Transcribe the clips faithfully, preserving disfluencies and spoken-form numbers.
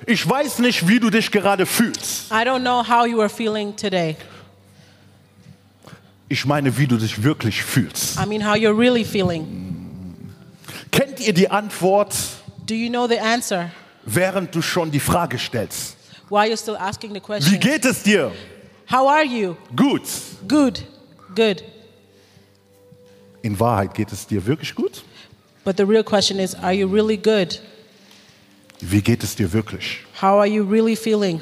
Ich weiß nicht, wie du dich gerade fühlst. I don't know how you are feeling today. Ich meine, wie du dich wirklich fühlst. I mean how you're really feeling. Kennt ihr die Antwort, Do you know the answer? während du schon die Frage stellst? While you're still asking the Wie question. geht es dir? How are you? Gut. Good. Good. In Wahrheit geht es dir wirklich gut? But the real question is, are you really good? Wie geht es dir wirklich? How are you really feeling?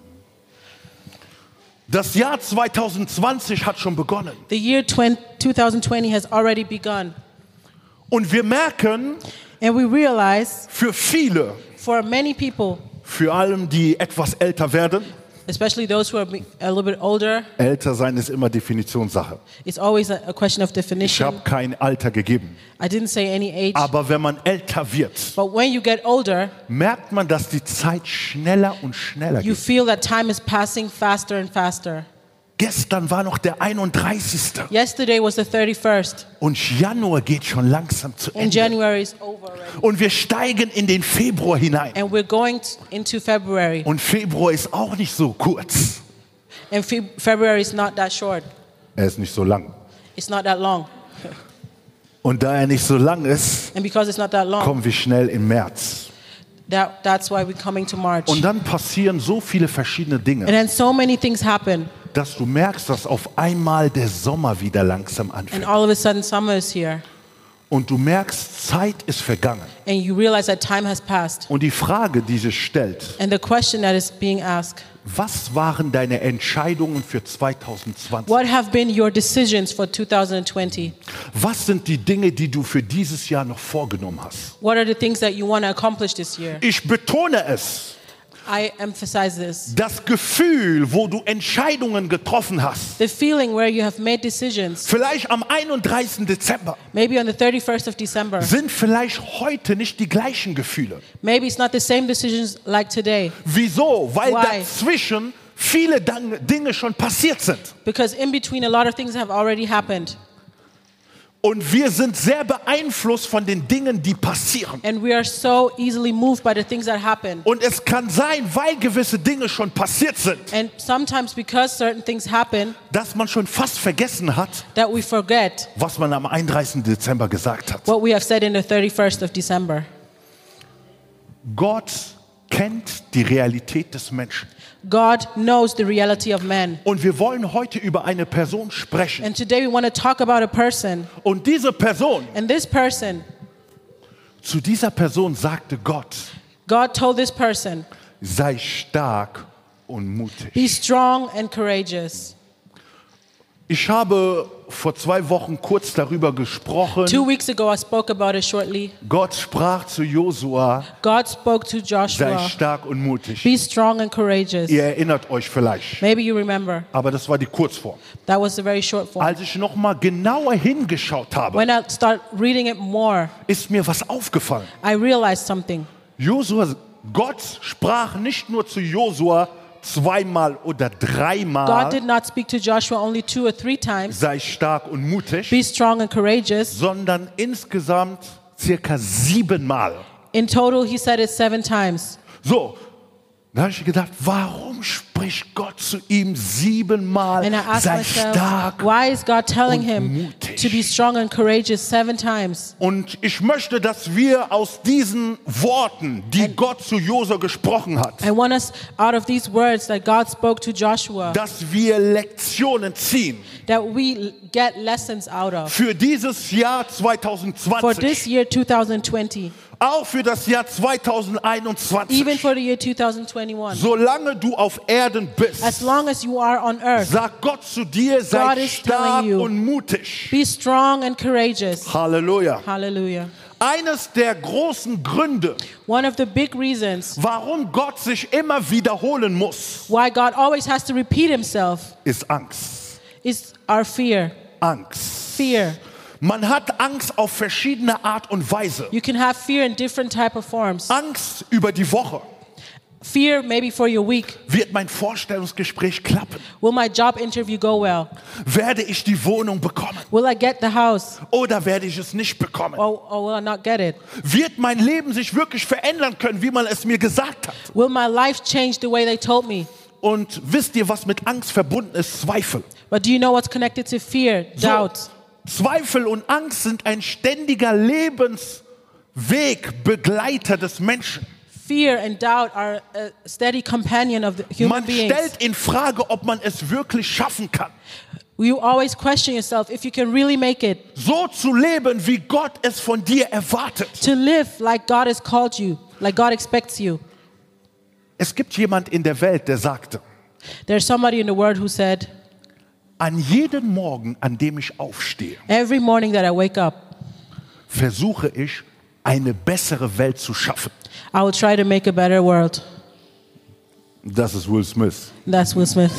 Das Jahr zwanzig zwanzig hat schon begonnen. The year twenty twenty has already begun. Und wir merken, And we realize für viele, for many people, für allem, die etwas älter werden, especially those who are be- a little bit older, älter sein ist immer Definitionssache. it's always a, a question of Ich definition. habe kein Alter gegeben. I didn't say any age. Aber wenn man älter wird, But when you get older, merkt man, dass die Zeit schneller und schneller you geht. feel that time is passing faster and faster. Gestern war noch der einunddreißigste Yesterday was the thirty-first, und Januar geht schon langsam zu and Ende. January is over already. Und wir steigen in den Februar hinein. And we're going t- into February. Und Februar ist auch nicht so kurz. And Fe- February is not that short. Er ist nicht so lang. It's not that long. Und da er nicht so lang ist, And because it's not that long, kommen wir schnell im März. that, that's why we're coming to March. Und dann passieren so viele verschiedene And Dinge, then so many things happen. dass du merkst, dass auf einmal der Sommer wieder langsam And anfängt. all of a sudden summer is here. Und du merkst, Zeit ist vergangen. And you realize that time has passed. Und die Frage, die sich stellt, And the question that is being asked, was waren deine Entscheidungen für zwanzig zwanzig? what have been your decisions for two thousand twenty? Was sind die Dinge, die du für dieses Jahr noch vorgenommen hast? What are the things that you want to accomplish this year? Ich betone es, I emphasize this. das Gefühl, wo du Entscheidungen getroffen hast, The feeling where you have made decisions, vielleicht am einunddreißigsten Dezember, maybe on the thirty-first of December. sind vielleicht heute nicht die gleichen Gefühle. Maybe it's not the same decisions like today. Wieso? Weil Why? dazwischen viele Dang- Dinge schon passiert sind. Because in between a lot of things have already happened. Und wir sind sehr beeinflusst von den Dingen, die passieren. And we are so easily moved by the things that happen. Und es kann sein, weil gewisse Dinge schon passiert sind, And sometimes because certain things happen, dass man schon fast vergessen hat, that we forget was man am einunddreißigsten Dezember gesagt hat. what we have said in the thirty-first of December. Gott kennt die Realität des Menschen. God knows the reality of man. Und wir wollen heute über eine Person sprechen. And today we want to talk about a person. Und diese Person, And this person, zu dieser Person sagte Gott, God told this person, sei stark und be mutig. strong and courageous. Ich habe vor zwei Wochen kurz darüber gesprochen. Two weeks ago I spoke about it shortly. Gott sprach zu Josua, God spoke to sei Joshua, stark und mutig. be strong and courageous. Ihr erinnert euch vielleicht, Maybe you remember. aber das war die Kurzform. That was the very short form. Als ich noch mal genauer hingeschaut habe, When I start reading it more, ist mir was aufgefallen. I realized something. Josua, Gott sprach nicht nur zu Josua zweimal oder God dreimal, did not speak to Joshua only two or three times, sei stark und mutig, be strong and courageous. sondern insgesamt circa siebenmal. In total, he said it seven times. So, da habe ich gedacht, warum spricht Gott zu ihm siebenmal, And I asked sei myself, stark? why is God telling und him mutig. to be strong and courageous seven times? Und ich möchte, dass wir aus diesen Worten, die Gott zu Josua gesprochen hat, I want us, out of these words that God spoke to Joshua, dass wir Lektionen ziehen that we l- get lessons out of für dieses Jahr for this zwanzig zwanzig, year two thousand twenty, auch für das Jahr even zweitausendeinundzwanzig. for the year two thousand twenty-one. Solange du auf Erden bist, As long as you are on earth, sagt Gott zu dir, sei God is stark telling you, und mutig. be strong and courageous. Halleluja. Hallelujah. Eines der großen Gründe, One of the big reasons warum Gott sich immer wiederholen muss, why God always has to repeat himself ist Angst. is our fear. Angst. Fear. Man hat Angst auf verschiedene Art und Weise. You can have fear in different type of forms. Angst über die Woche. Fear maybe for your week. Wird mein Vorstellungsgespräch klappen? Will my job interview go well? Werde ich die Wohnung bekommen? Will I get the house? Oder werde ich es nicht bekommen? Or, or will I not get it? Wird mein Leben sich wirklich verändern können, wie man es mir gesagt hat? Will my life change the way they told me? Und wisst ihr, was mit Angst verbunden ist? Zweifel. But do you know what's connected to fear? So, Doubt. Zweifel und Angst sind ein ständiger Lebenswegbegleiter des Menschen. Fear and doubt are a steady companion of the human Man beings. stellt in Frage, ob man es wirklich schaffen kann, You always question yourself if you can really make it. so zu leben, wie Gott es von dir erwartet. To live like God has called you, like God expects you. Es gibt jemand in der Welt, der sagte, There's somebody in the world who said, an jedem Morgen, an dem ich aufstehe, every morning that I wake up, versuche ich, eine bessere Welt zu schaffen. I will try to make a better world. Das ist Will Smith. That's Will Smith.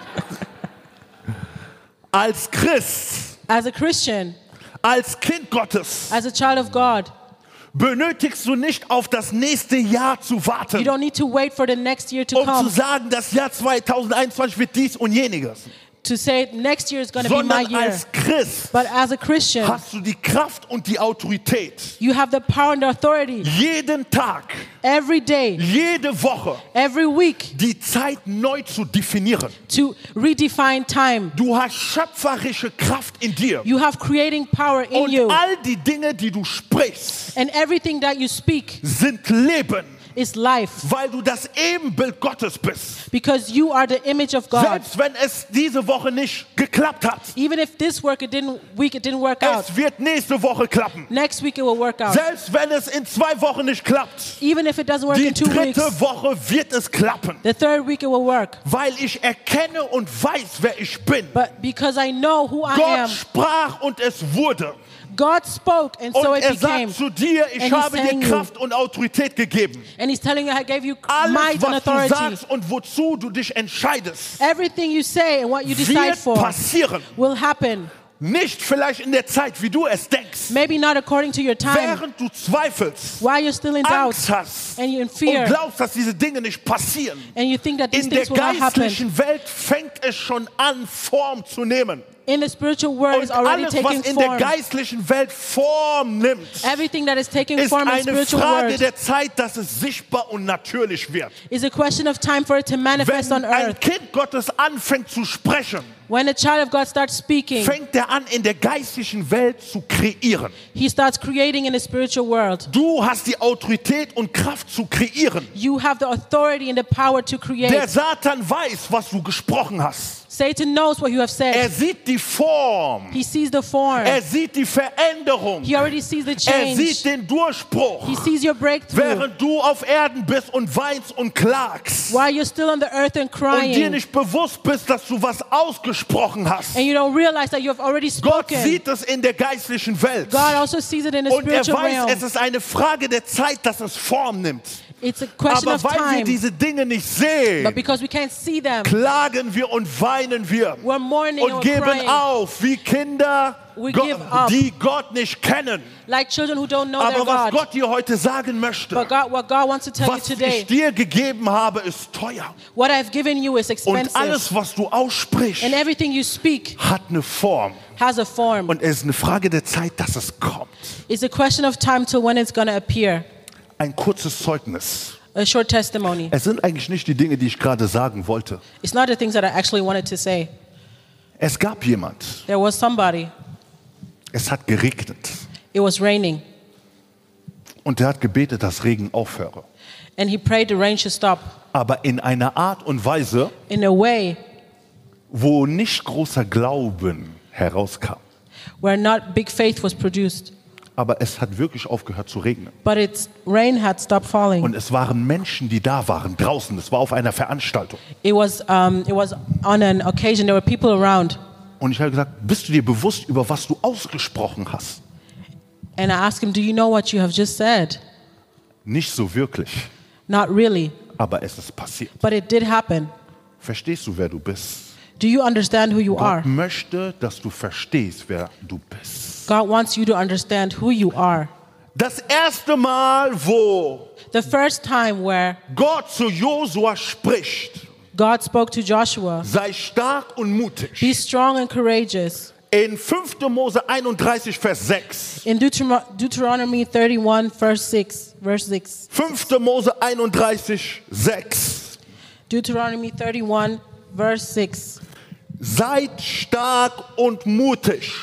Als Christ, As a Christian, als Kind Gottes, as a child of God, benötigst du nicht auf das nächste Jahr zu you warten, don't need to wait for the next year to um zu come sagen, das Jahr zweitausendeinundzwanzig wird dies und jeniges. to say next year is going to be my Sondern year. als Christ But as a Christian, hast du die Kraft und die Autorität, you have the power and the authority jeden Tag, every day, jede Woche every week die Zeit neu zu definieren. to redefine time. Du hast schöpferische Kraft in dir. You have creating power in Und you. all die Dinge, die du sprichst, And everything that you speak sind Leben, is life weil du das Ebenbild Gottes bist. because you are the image of God. Selbst wenn es diese Woche nicht geklappt hat, Even if this work it didn't week it didn't work out, es wird nächste Woche klappen. next week it will work out. Selbst wenn es in zwei Wochen nicht klappt, Even if it doesn't work die in two weeks, dritte Woche wird es klappen. the third week it will work. Weil ich erkenne und weiß, wer ich bin. But because I know who I Gott am, sprach und es wurde. God spoke and so Und it er became. sagt zu dir, ich And he's habe dir telling you- Kraft und Autorität gegeben. And he's telling you I gave you Alles, might and was du authority. sagst und wozu du dich entscheidest, Everything you say and what you decide wird for passieren. will happen. Nicht vielleicht in der Zeit, wie du es denkst. Maybe not according to your time. Während du zweifelst, While you're still in doubt Angst hast and you're in und fear glaubst, dass diese Dinge nicht passieren. and you think that these In der things will not happen. geistlichen Welt fängt es schon an, Form zu nehmen. In the spiritual world Und is already alles, was taking in der form. geistlichen Welt Form nimmt, Everything that is taking ist form in eine spiritual Frage world der Zeit, dass es sichtbar und natürlich wird. is a question of time for it to manifest on Wenn ein earth. Kind Gottes anfängt zu sprechen, When a child of God starts speaking, fängt er an, in der geistlichen Welt zu kreieren. he starts creating in the spiritual world. Du hast die Autorität und Kraft zu kreieren. You have the authority and the power to Der create. Satan weiß, was du gesprochen hast. Satan knows what you have Er said. sieht die Form. He sees the form. Er sieht die Veränderung. He already sees the Er sieht change. den Durchbruch. He sees your breakthrough. Während du auf Erden bist und weinst und klagst While you're still on the earth and und dir crying. nicht bewusst bist, dass du was ausgesprochen hast. And you don't realize that you have already Gott spoken. sieht es in der geistlichen Welt. God also sees it in the Und er spiritual weiß, es realm. ist eine Frage der Zeit, dass es Form nimmt. It's a question Aber of weil wir time. diese Dinge nicht But sehen, because we can't see them, klagen wir und weinen wir we're mourning and und we're geben crying. auf wie Kinder, We Go- give up. die Gott nicht kennen. Like children who don't know their Aber was God. Gott dir heute sagen möchte, But God, what God wants to tell you was ich today, dir gegeben habe, ist teuer. what I've given you is Und expensive. alles, was du aussprichst, And everything you speak hat eine Form. has a form. Und es ist eine Frage der Zeit, dass es kommt. It's a question of time till when it's going to appear. Ein kurzes Zeugnis. A short testimony. Es sind eigentlich nicht die Dinge, die ich gerade sagen wollte. It's not the things that I actually wanted to say. Es gab jemand, There was somebody. es hat geregnet. It was raining. Und er hat gebetet, dass Regen aufhöre. And he prayed the rain should stop. Aber in einer Art und Weise, In a way wo nicht großer Glauben herauskam. where not big faith was produced. Aber es hat wirklich aufgehört zu regnen. But its rain had stopped falling. Und es waren Menschen, die da waren, draußen. Es war auf einer Veranstaltung. It was, um, it was on an occasion, there were people around. Und ich habe gesagt, bist du dir bewusst, über was du ausgesprochen hast? And I asked him, do you know what you have just said? Nicht so wirklich, Not really, aber es ist passiert. but it did happen. Verstehst du, wer du bist? Do you understand who you Gott are? möchte, dass du verstehst, wer du bist. God wants you to understand who you are. Das erste Mal, wo The first time where Gott zu Josua spricht, God spoke to Joshua, sei stark und mutig. be strong and courageous. In fünfter Mose einunddreißig, Vers sechs. In Deuteron- Deuteronomy thirty-one, verse six, verse six. fünfter Mose einunddreißig, sechs. Deuteronomy thirty-one, verse six. Seid stark und mutig.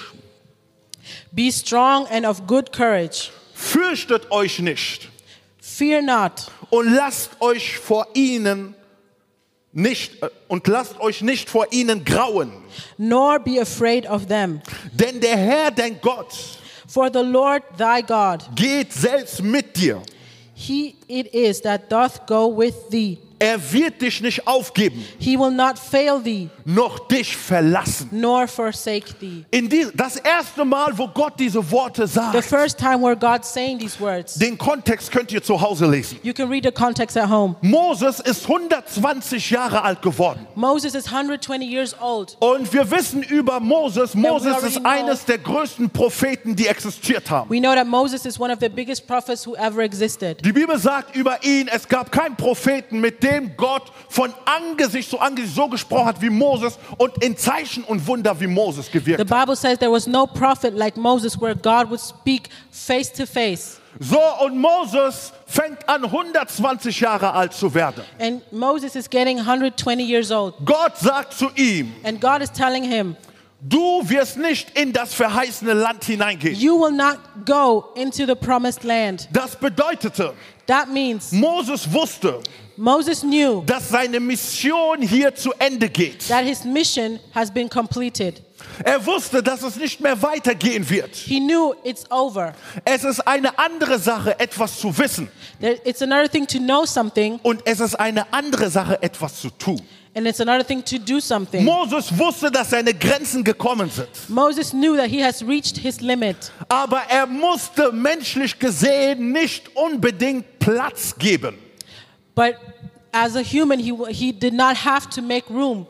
Be strong and of good courage. Fürchtet euch nicht Fear not, und lasst euch vor ihnen nicht äh, und lasst euch nicht vor ihnen grauen, nor be afraid of them. denn der Herr, dein Gott, For the Lord thy God, geht selbst mit dir. he it is that doth go with thee. Er wird dich nicht aufgeben, He will not fail thee, noch dich verlassen. nor forsake thee. In die, das erste Mal, wo Gott diese Worte The sagt, first time where God's saying these words, den Kontext könnt ihr zu Hause lesen. you can read the context at home. Moses ist hundertzwanzig Jahre alt geworden. Moses is one hundred twenty years old. Und wir wissen über Moses, Moses already ist know. eines der größten Propheten, die existiert haben. We know that Moses is one of the biggest prophets who ever existed. Die Bibel sagt über ihn, es gab keinen Propheten, mit dem Gott von Angesicht zu Angesicht so gesprochen hat wie Moses und in Zeichen und Wunder wie Moses gewirkt The hat. Bible says there was no prophet like Moses where God would speak face to face. So, und Moses fängt an, hundertzwanzig Jahre alt zu werden. And Moses is getting one hundred twenty years old. Gott sagt zu ihm, And God is telling him, du wirst nicht in das verheißene Land hineingehen. you will not go into the promised land. Das bedeutete, That means Moses wusste, Moses knew dass seine Mission hier zu Ende geht. that his mission has been completed. Er wusste, dass es nicht mehr weitergehen wird. He knew it's over. Es ist eine andere Sache, etwas zu wissen. There, it's another thing to know something, Und es ist eine andere Sache, etwas zu tun. and it's another thing to do something. Moses wusste, dass seine Grenzen gekommen sind. Moses knew that he has reached his limit, Aber er musste menschlich gesehen nicht unbedingt Platz geben. but as a human, he, he did not have to make room.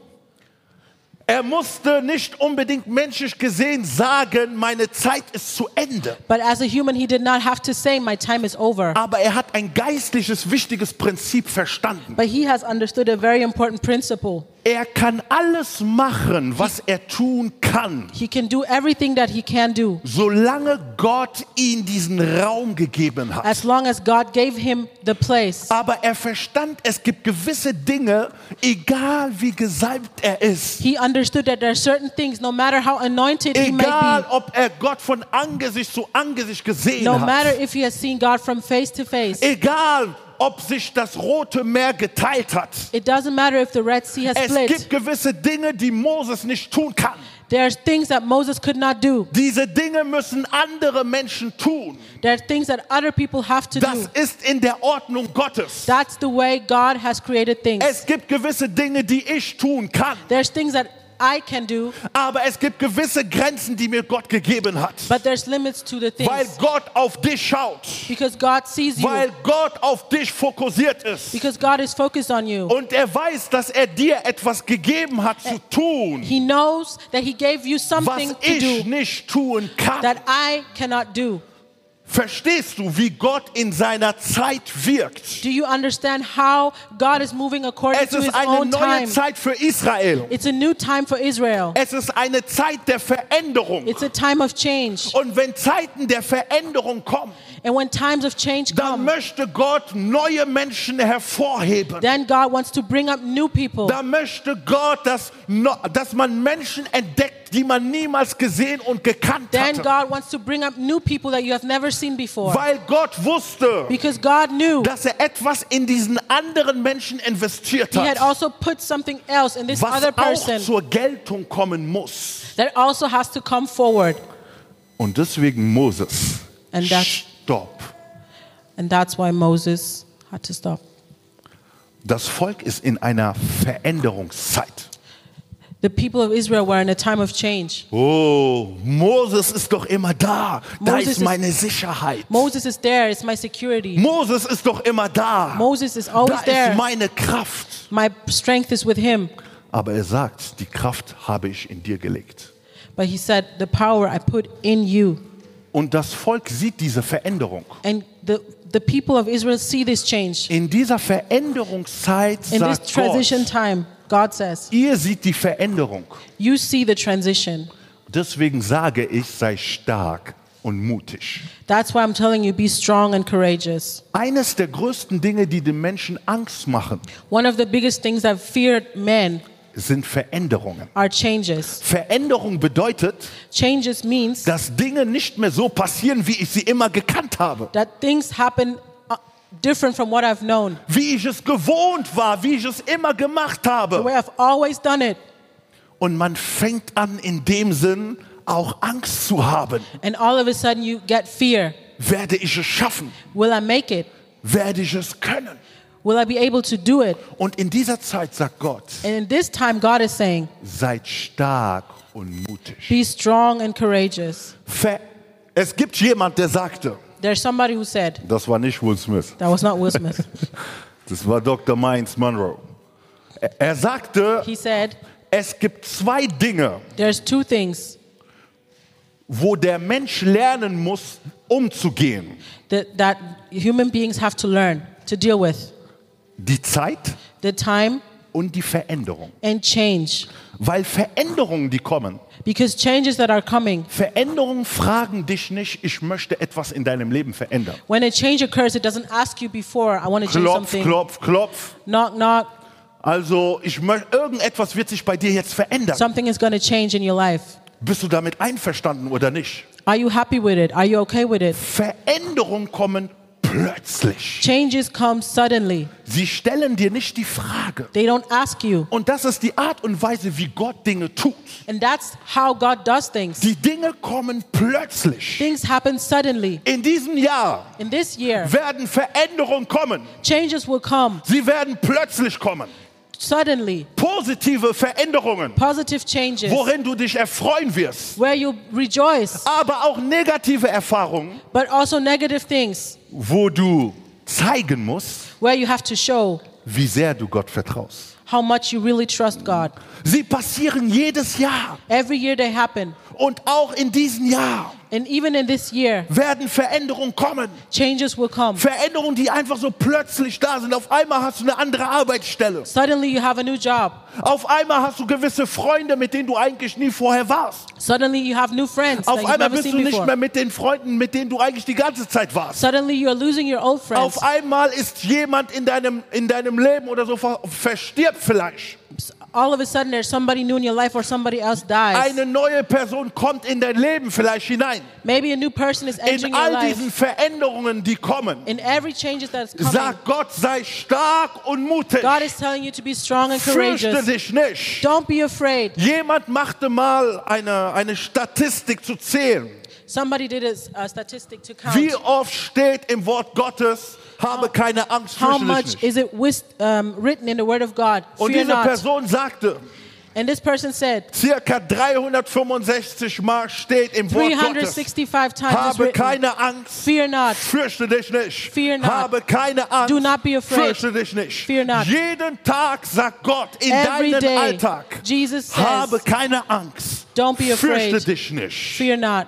Er musste nicht unbedingt menschlich gesehen sagen, meine Zeit ist zu Ende. But as a human, he did not have to say, my time is over. Aber er hat ein geistliches, wichtiges Prinzip verstanden. But he has understood a very important principle. Er kann alles machen, was er tun kann, He can do everything that he can do solange Gott ihm diesen Raum gegeben hat. as long as God gave him the place. Aber er verstand, es gibt gewisse Dinge, egal wie gesalbt er ist, He understood that there are certain things, no matter how anointed he may egal be, ob er Gott von Angesicht zu Angesicht gesehen no matter hat, if he has seen God from face to face, egal ob sich das Rote Meer geteilt hat. it doesn't matter if the Red Sea has Es split. gibt gewisse Dinge, die Moses nicht tun kann. There are things that Moses could not do. Diese Dinge müssen andere Menschen tun. There are things that other people have to Das do. ist in der Ordnung Gottes. That's the way God has created things. Es gibt gewisse Dinge, die ich tun kann. There's things that I can do, Aber es gibt gewisse Grenzen, die mir Gott gegeben hat. but there's limits to the Weil things. Gott auf dich schaut. Because God sees you. Weil Gott auf dich fokussiert ist. Because God is focused on you. Und er weiß, dass er dir etwas gegeben hat zu tun, He knows that He gave you was something to ich do nicht tun kann. that I cannot do. Verstehst du, wie Gott in seiner Zeit wirkt? Do you understand how God is moving according Es to ist His eine own neue time? Zeit für Israel. It's a new time for Israel. Es ist eine Zeit der Veränderung. It's a time of change. Und wenn Zeiten der Veränderung kommen, And when times of change dann come, möchte Gott neue Menschen hervorheben. then God wants to bring up new people. Da möchte Gott, dass, no- dass man Menschen entdeckt, die man niemals gesehen und gekannt Then hatte. God wants to bring up new people that you have never seen before. Weil Gott wusste, Because God knew dass er etwas in diesen anderen Menschen investiert He had hat, also put something else in this was other auch person zur Geltung kommen muss. that also has to come forward. Und deswegen Moses, And that's, stopp. and that's why Moses had to stop. Das Volk ist in einer Veränderungszeit. The people of Israel were in a time of change. Oh, Moses ist doch immer da. Da Moses ist ist- meine Sicherheit. Moses is there, it's my security. Moses ist doch immer da. Moses is Da always ist there. meine Kraft. My strength is with him. Aber er sagt, die Kraft habe ich in dir gelegt. But he said, the power I put in you. Und das Volk sieht diese Veränderung. And the, the people of Israel see this change. In dieser Veränderungszeit In this sagt transition Gott, time, God says, ihr seht die Veränderung. you see the transition. Deswegen sage ich, sei stark und mutig. That's why I'm telling you, be strong and courageous. Eines der größten Dinge, die den Menschen Angst machen, One of the biggest things that feared men sind Veränderungen. are changes. Veränderung bedeutet, Changes means dass Dinge nicht mehr so passieren, wie ich sie immer gekannt habe. that things happen uh, different from what I've known, Wie ich es gewohnt war, wie ich es immer gemacht the habe. way I've always done it. Und man fängt an, in dem Sinn auch Angst zu haben. And all of a sudden you get fear. Werde ich es schaffen? Will I make it? Werde ich es können? Will I be able to do it? Und in dieser Zeit sagt Gott, And in this time, God is saying, seid stark und mutig. be strong and courageous. Ver es gibt jemand, der sagte, There's somebody who said, das war nicht Will Smith, that was not Will Smith. das war Doktor Miles Monroe. Er- Er sagte, He said, es gibt zwei Dinge, there's two things wo der Mensch lernen muss, umzugehen. that, that human beings have to learn to deal with. Die Zeit The time und die Veränderung. and change. Weil Veränderungen, die kommen, Because changes that are coming, Veränderungen fragen dich nicht, ich möchte etwas in deinem Leben verändern. when a change occurs, it doesn't ask you before, I want to change Klopf, something. klopf, klopf. Knock, knock. Also ich möchte, irgendetwas wird sich bei dir jetzt verändern. Something is going to change in your life. Bist du damit einverstanden oder nicht? Are you happy with it? Are you okay with it? Veränderungen kommen plötzlich. Changes come suddenly. Sie stellen dir nicht die Frage. They don't ask you. Und das ist die Art und Weise, wie Gott Dinge tut. And that's how God does things. Die Dinge kommen plötzlich. Things happen suddenly. In diesem Jahr In this year, werden Veränderungen kommen. changes will come Sie werden plötzlich kommen. suddenly. Positive Veränderungen, Positive changes worin du dich erfreuen wirst. where you rejoice, Aber auch negative Erfahrungen, but also negative things wo du zeigen musst, where you have to show wie sehr du Gott vertraust. how much you really trust God. Sie passieren jedes Jahr. Every year they happen. Und auch in diesem Jahr And even in this year, werden Veränderungen kommen. changes will come. Veränderungen, die einfach so plötzlich da sind. Auf einmal hast du eine andere Arbeitsstelle. Suddenly you have a new job. Auf einmal hast du gewisse Freunde, mit denen du eigentlich nie vorher warst. Suddenly you have new friends that Auf you've einmal never bist du seen nicht before. mehr mit den Freunden, mit denen du eigentlich die ganze Zeit warst. Suddenly you're losing your old friends. Auf einmal ist jemand in deinem, in deinem Leben oder so ver verstirbt vielleicht. All of a sudden there's somebody new in your life or somebody else dies. Eine neue Person kommt in dein Leben vielleicht hinein. Maybe a new person is entering In your all life. diesen Veränderungen, die kommen, In every changes that's coming, sagt Gott, sei stark und mutig. God is telling you to be strong and Fürchte courageous. dich nicht. Don't be afraid. Jemand machte mal eine, eine Statistik zu zählen. Somebody did a, a statistic to count. Wie oft steht im Wort Gottes, habe keine Angst, How fürchte much dich nicht. is it wis- um, written in the Word of God? Und Fear diese not. Person sagte, And this person said, circa dreihundertfünfundsechzig Mal steht im Wort Gottes, three hundred sixty-five times is habe written, keine Angst, fear not, fürchte dich nicht. Fear not. Habe keine Angst, Do not be afraid. fürchte dich nicht. Fear not. Jeden Tag sagt Gott in every deinem day. Alltag, Jesus habe says, keine Angst, don't be fürchte afraid, dich nicht. fear not.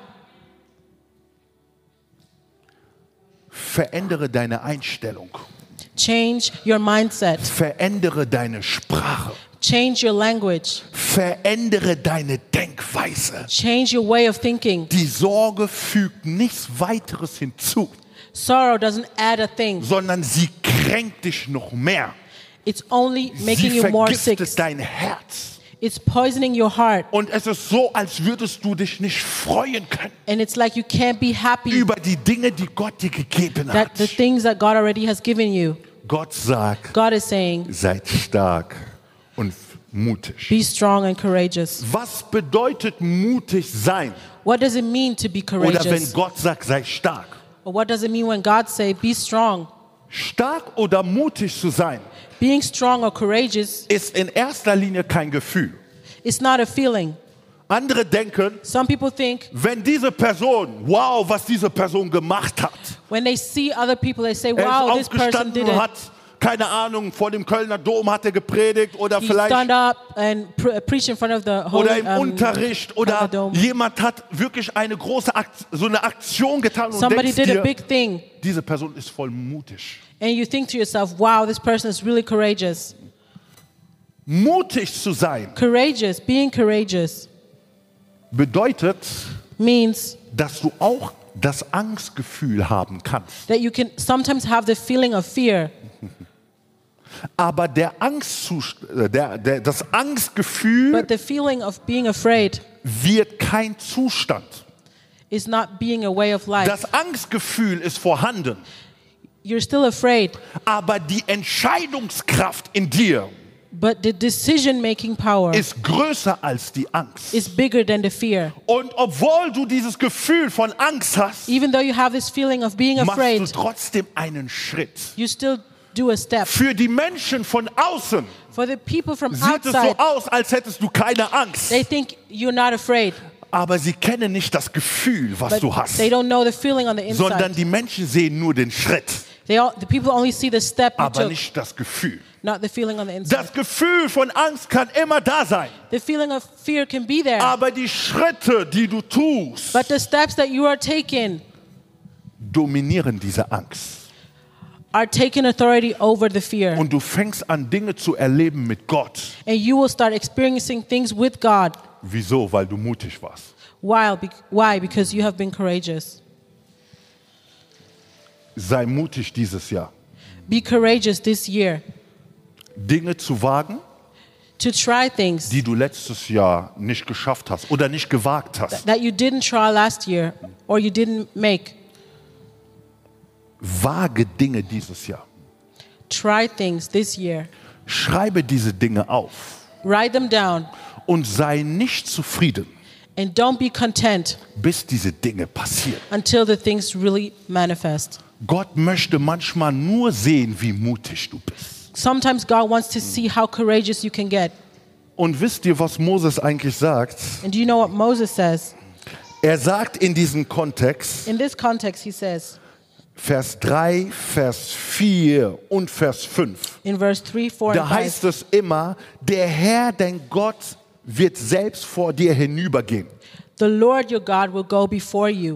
Verändere deine Einstellung, Change your mindset. verändere deine Sprache, Change your language. verändere deine Denkweise. Change your way of thinking. Die Sorge fügt nichts weiteres hinzu, Sorrow doesn't add a thing. sondern sie kränkt dich noch mehr. It's only making Sie you more sick. vergiftet dein Herz. It's poisoning your heart. Und es ist so, als würdest du dich nicht freuen können And it's like you can't be happy über die Dinge, die Gott dir gegeben that hat. the things that God already has given you. Gott sagt, God is saying, seid stark und mutig. be strong and courageous. Was bedeutet mutig sein? What does it mean to be Oder wenn courageous? Gott sagt, sei stark. Or what does it mean when God say, be strong? Stark oder mutig zu sein, Being strong or courageous ist in erster Linie kein Gefühl. is not a feeling. Andere denken, Some people think wenn diese Person, wow, was diese Person gemacht hat, when they see other people, they say, er wow, ist this person aufgestanden did und it. hat keine Ahnung, vor dem Kölner Dom hat er gepredigt oder He vielleicht stand up and pre- preached in front of the whole oder im um, Unterricht oder Kölner Dom. jemand hat wirklich eine große Akt, so eine Aktion getan und Somebody denkst did a dir, big thing, diese Person ist voll mutig. and you think to yourself, wow, this person is really courageous. Mutig zu sein Courageous, being courageous bedeutet, means dass du auch das Angstgefühl haben kannst. that you can sometimes have the feeling of fear, Aber der Angstzustand, der, der, das Angstgefühl but the feeling of being afraid wird kein Zustand. is not being a way of life. Das Angstgefühl ist vorhanden, You're still afraid, aber die Entscheidungskraft in dir but the decision-making power ist größer als die Angst. is bigger than the fear. Und obwohl du dieses Gefühl von Angst hast, Even though you have this feeling of being machst du afraid, trotzdem einen Schritt. you still do a step. Für die Menschen von außen For the people from sieht es so outside, aus, als hättest du keine Angst. they think you're not afraid, Aber sie kennen nicht das Gefühl, was but du hast, they don't know the feeling on the sondern inside. die Menschen sehen nur den Schritt, They all, the people only see the step you aber took, nicht das Gefühl. not the feeling on the inside. Das Gefühl von Angst kann immer da sein, The feeling of fear can be there, aber die Schritte, die du tust, but the steps that you are taking dominieren diese Angst. are taking authority over the fear. Und du fängst an, Dinge zu erleben mit Gott. And you will start experiencing things with God. Wieso? Weil du mutig warst. Why? Be- Why? Because you have been courageous. Sei mutig dieses Jahr, Be courageous this year Dinge zu wagen, to try things die du letztes Jahr nicht geschafft hast oder nicht gewagt hast. that you didn't try last year or you didn't make. Wage Dinge dieses Jahr. Try things this year. Schreibe diese Dinge auf Write them down und sei nicht zufrieden, and don't be content bis diese Dinge passieren. until the things really manifest. Gott möchte manchmal nur sehen, wie mutig du bist. Sometimes God wants to see how courageous you can get. Und wisst ihr, was Moses eigentlich sagt? And do you know what Moses says? Er sagt in diesem Kontext, In this context, he says Vers drei, Vers vier und Vers fünf, in verse three, four, da and heißt five, es immer, der Herr, dein Gott, wird selbst vor dir hinübergehen. the Lord your God will go before you.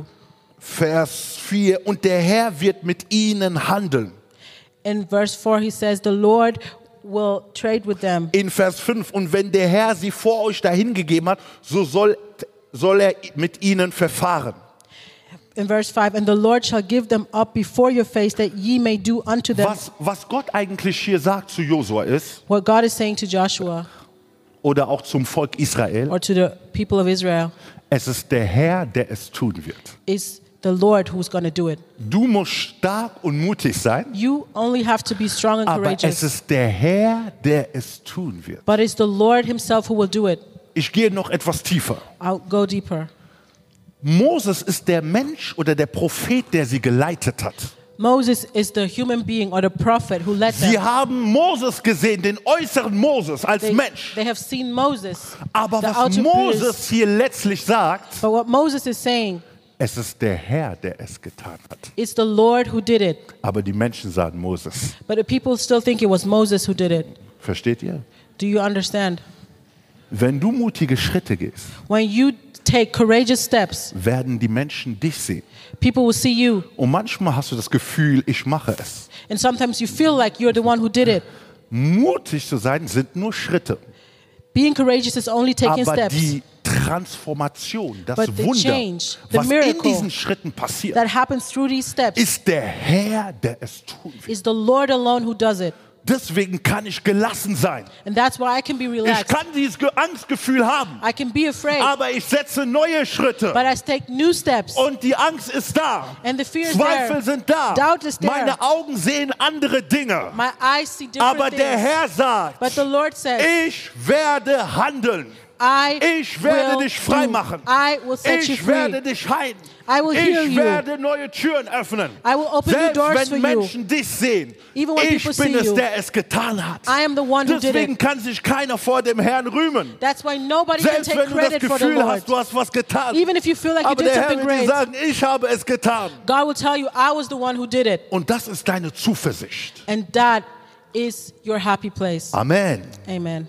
Vers vier, und der Herr wird mit ihnen handeln. In verse four, he says, the Lord will trade with them. In Vers fünf, und wenn der Herr sie vor euch dahingegeben hat, so soll, soll er mit ihnen verfahren. In verse five, and the Lord shall give them up before your face, that ye may do unto them Was, was Gott eigentlich hier sagt zu Josua ist, what God is saying to Joshua oder auch zum Volk Israel, or to the people of Israel, es ist der Herr, der es tun wird. is the Lord who's going to do it. Du musst stark und mutig sein, You only have to be strong and aber es courageous, ist der Herr, der es tun wird. but it's the Lord himself who will do it. Ich gehe noch etwas tiefer. I'll go deeper. Moses ist der Mensch oder der Prophet, der sie geleitet hat. Moses is the human being or the prophet who led Sie them. haben Moses gesehen, den äußeren Moses als They, Mensch. they have seen Moses, Aber the was outer Moses appearance. hier letztlich sagt, But what Moses is saying, es ist der Herr, der es getan hat. it's the Lord who did it. Aber die Menschen sagen Moses. But the people still think it was Moses who did it. Versteht ihr? Do you understand? Wenn du mutige Schritte gehst, When you take courageous steps, werden die Menschen dich sehen. people will see you. Und manchmal hast du das Gefühl, ich mache es. And sometimes you feel like you're the one who did it. Mutig zu sein sind nur Schritte. Being courageous is only taking Aber steps. die Transformation, das But the Wunder, change, the was in miracle diesen Schritten passiert, that happens through these steps ist der Herr, der es tun wird. is the Lord alone who does it. Deswegen kann ich gelassen sein. And that's why I can be Ich relaxed. kann dieses Ge- Angstgefühl haben, I can be afraid, aber ich setze neue Schritte. but I take new steps. Und die Angst ist da. And the fear is Zweifel there. sind da. Doubt is there. Meine Augen sehen andere Dinge. My eyes see different Aber der things. Herr sagt, But the Lord says, ich werde handeln. I Ich werde will dich frei do. machen. I will set you Ich free. werde dich heilen. I will heal Ich you. werde neue Türen öffnen. I will open new Selbst doors for wenn you. Menschen dich sehen, Even when ich people bin see es, you. der es getan hat. I am the one who did Deswegen it. kann sich keiner vor dem Herrn rühmen. That's why nobody can Selbst take wenn du das credit for the Gefühl Lord. hast, du hast was getan. Even if you feel like you Aber did der Herr something wird dir great, sagen, ich habe es getan. God will tell you, I was the one who did it. Und das ist deine Zuversicht. And that is your happy place. Amen. Amen.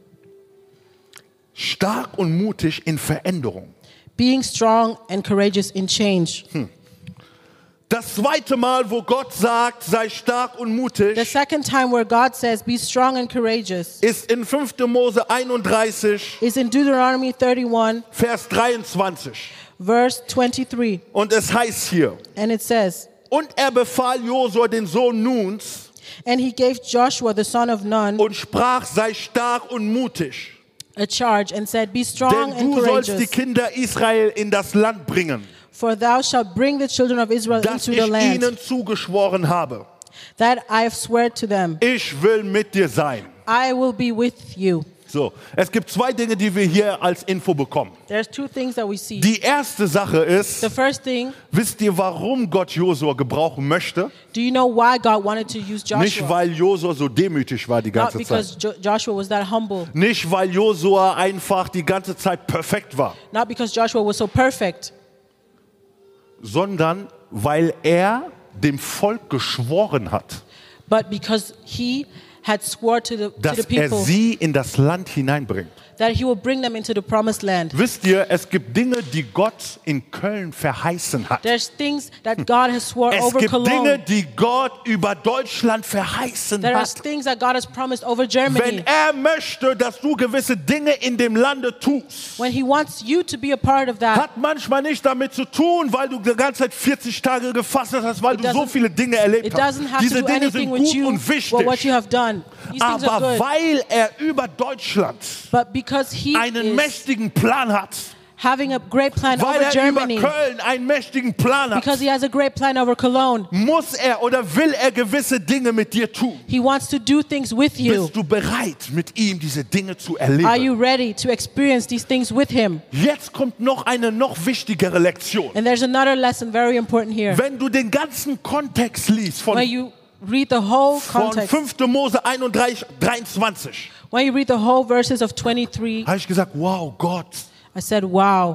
Stark und mutig in Veränderung. Being strong and courageous in change. Das zweite Mal, wo Gott sagt, sei stark und The mutig, second time where God says, be strong and courageous, ist in fünfter Mose einunddreißig, is in Deuteronomy thirty-one, Vers dreiundzwanzig. verse twenty-three. Und es heißt hier, And it says, und er befahl Josua, den Sohn Nuns, and he gave Joshua, the son of Nun, und sprach, sei stark und mutig, a charge and said, be strong denn and du sollst die courageous, Kinder Israel in das Land bringen, for thou shalt bring the children of Israel das into ich the land ihnen zugeschworen habe. that I have swear to them. Ich will mit dir sein. I will be with you. So, es gibt zwei Dinge, die wir hier als Info bekommen. There's two things that we see. Die erste Sache ist, The first thing, wisst ihr, warum Gott Josua gebrauchen möchte? do you know why God wanted to use Nicht, Joshua? weil Josua so demütig war die Not ganze because Zeit. jo- Joshua was that humble. Nicht, weil Josua einfach die ganze Zeit perfekt war, Not because Joshua was so perfect. sondern weil er dem Volk geschworen hat, But because he had swore to the, to dass the er people sie in das Land hineinbringt. that he will bring them into the promised land. Wisst ihr, es gibt Dinge, die Gott in Köln verheißen hat. There's things that God has sworn Es over gibt Dinge, Cologne. die Gott über Deutschland verheißen There are hat. things that God has promised over Wenn Germany. er möchte, dass du gewisse Dinge in dem Lande tust, When he wants you to be a part of that, hat manchmal nicht damit zu tun, weil du die ganze Zeit vierzig Tage gefastet hast, weil It du so doesn't- viele Dinge erlebt it hast. doesn't have Diese to do Dinge anything sind with gut you und or what you wichtig. have done. These things are Aber good. weil er über Deutschland But because he einen is mächtigen Plan hat, having a great plan weil over er Germany, über Köln einen mächtigen Plan because hat, he has a great plan over Cologne, muss er oder will er gewisse Dinge mit dir tun. he wants to do things with you. Bist du bereit, mit ihm diese Dinge zu Are you erleben? ready to experience these things with him? Jetzt kommt noch eine noch wichtigere Lektion. And there's another lesson very important here. Wenn du den ganzen Kontext liest von When you read the whole Von context, fünfter Mose einunddreißig, dreiundzwanzig when you read the whole verses of twenty-three, habe ich gesagt, wow, Gott, I said, wow,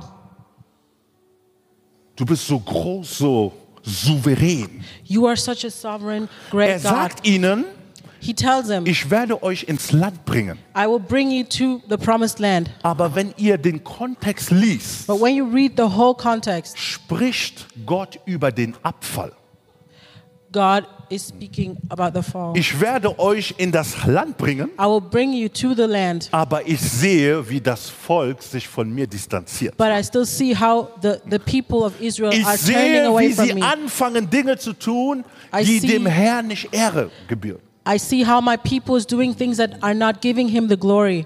du bist so groß, so souverän. you are such a sovereign, Er great God. sagt ihnen, He tells them, ich werde euch ins Land bringen. I will bring you to the promised land. Aber wenn ihr den Kontext liest, But when you read the whole context, spricht Gott über den Abfall. God is speaking about the fall. Ich werde euch in das Land bringen, I will bring you to the land, aber ich sehe, wie das Volk sich von mir distanziert. but I still see how the, the people of Israel Ich are turning sehe, away wie from sie me. anfangen, Dinge zu tun, I die see- dem Herrn nicht Ehre gebühren. I see how my people is doing things that are not giving him the glory.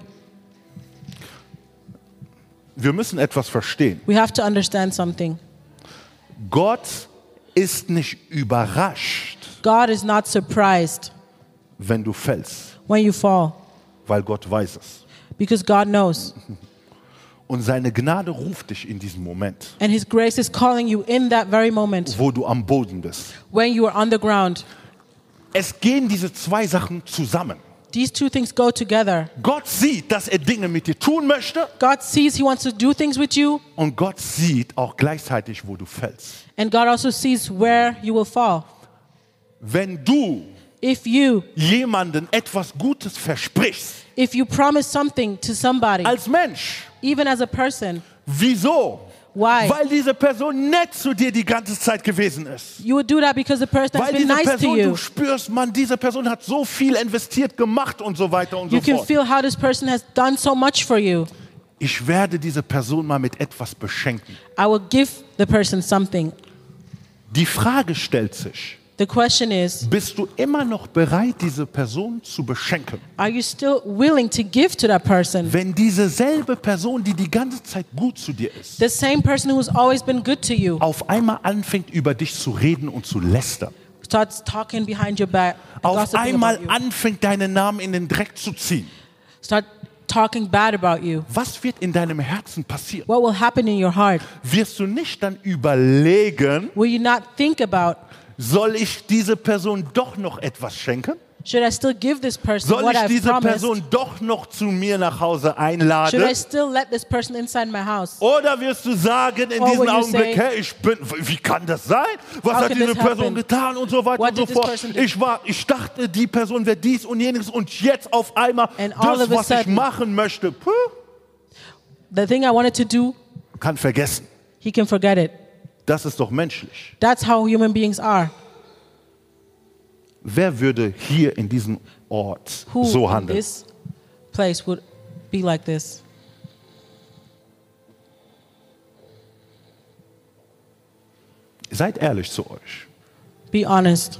Wir müssen etwas verstehen. We have to understand something. Gott ist nicht überrascht, God is not surprised wenn du fällst, when you fall, weil Gott weiß es. because God knows. Und seine Gnade ruft dich in diesem Moment, And his grace is calling you in that very moment wo du am Boden bist. when you are on the ground. Es gehen diese zwei Sachen zusammen. These two things go together. Gott sieht, dass er Dinge mit dir tun möchte, God sees he wants to do things with you, und Gott sieht auch gleichzeitig, wo du fällst. and God also sees where you will fall. Wenn du If you jemandem etwas Gutes versprichst, if you promise something to somebody, als Mensch, even as a person, wieso? why? Weil diese Person nett zu dir die ganze Zeit gewesen ist. You would do that because the person has Weil been diese nice to Person, you. du spürst, man, diese Person hat so viel investiert, gemacht und so weiter und You so can fort. feel how this person has done so much for you. Ich werde diese Person mal mit etwas beschenken. I will give the person something. Die Frage stellt sich, The question is, bist du immer noch bereit, diese Person zu beschenken? are you still willing to give to that person? Wenn diese selbe Person, die die ganze Zeit gut zu dir ist, The same person who's always been good to you auf einmal anfängt, über dich zu reden und zu lästern. starts talking behind your back, Auf gossiping einmal about you, anfängt, deinen Namen in den Dreck zu ziehen. start talking bad about you. Was wird in deinem Herzen passieren? What will happen in your heart? Wirst du nicht dann überlegen, Will you not think about, soll ich diese Person doch noch etwas schenken? Should I still give this person Soll what ich I've diese promised? Person doch noch zu mir nach Hause Should I einladen? still let this person inside my house? Oder wirst du sagen in Or diesem will you Augenblick, say, hey, ich bin, wie kann das sein? Was How hat can diese this Person happen? getan und so weiter What und so did this fort. person do? Ich war, ich dachte, die Person wäre dies und jenes und jetzt auf einmal And all das, of a was ich sudden- machen möchte, puh, The thing I wanted to do, kann vergessen. he can forget it. Das ist doch menschlich. That's how human beings are. Wer würde hier in diesem Ort Who so in handeln? this place would be like this? Seid ehrlich zu euch. Be honest.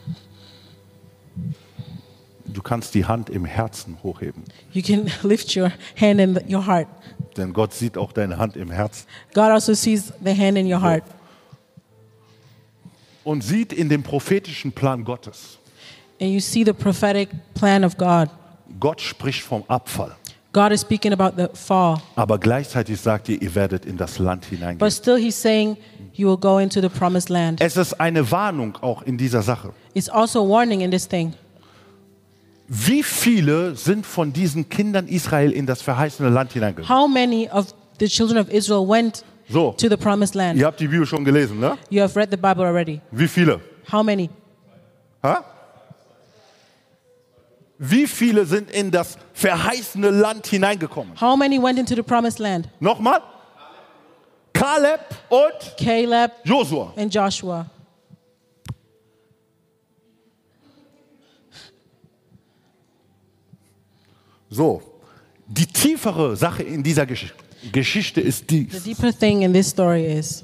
Du kannst die Hand im Herzen hochheben, You can lift your hand in the- your heart. denn Gott sieht auch deine Hand im Herzen God also sees the hand in your heart und sieht in dem prophetischen Plan Gottes. and you see the prophetic plan of God. Gott spricht vom Abfall, God is speaking about the fall, aber gleichzeitig sagt ihr, ihr werdet in das Land hineingehen. but still he's saying you will go into the promised land. Es ist eine Warnung auch in dieser Sache. It's also a warning in this thing. Wie viele sind von diesen Kindern Israel in das verheißene Land hineingegangen? How many of the children of Israel went So, to the promised land? ihr habt die Bibel schon gelesen, ne? You have read the Bible already. Wie viele? How many? Ha? Wie viele sind in das verheißene Land hineingekommen? How many went into the promised land? Nochmal? Kaleb und Caleb Josua. and Joshua. So, die tiefere Sache in dieser Gesch Geschichte ist The dies. deeper thing in this story is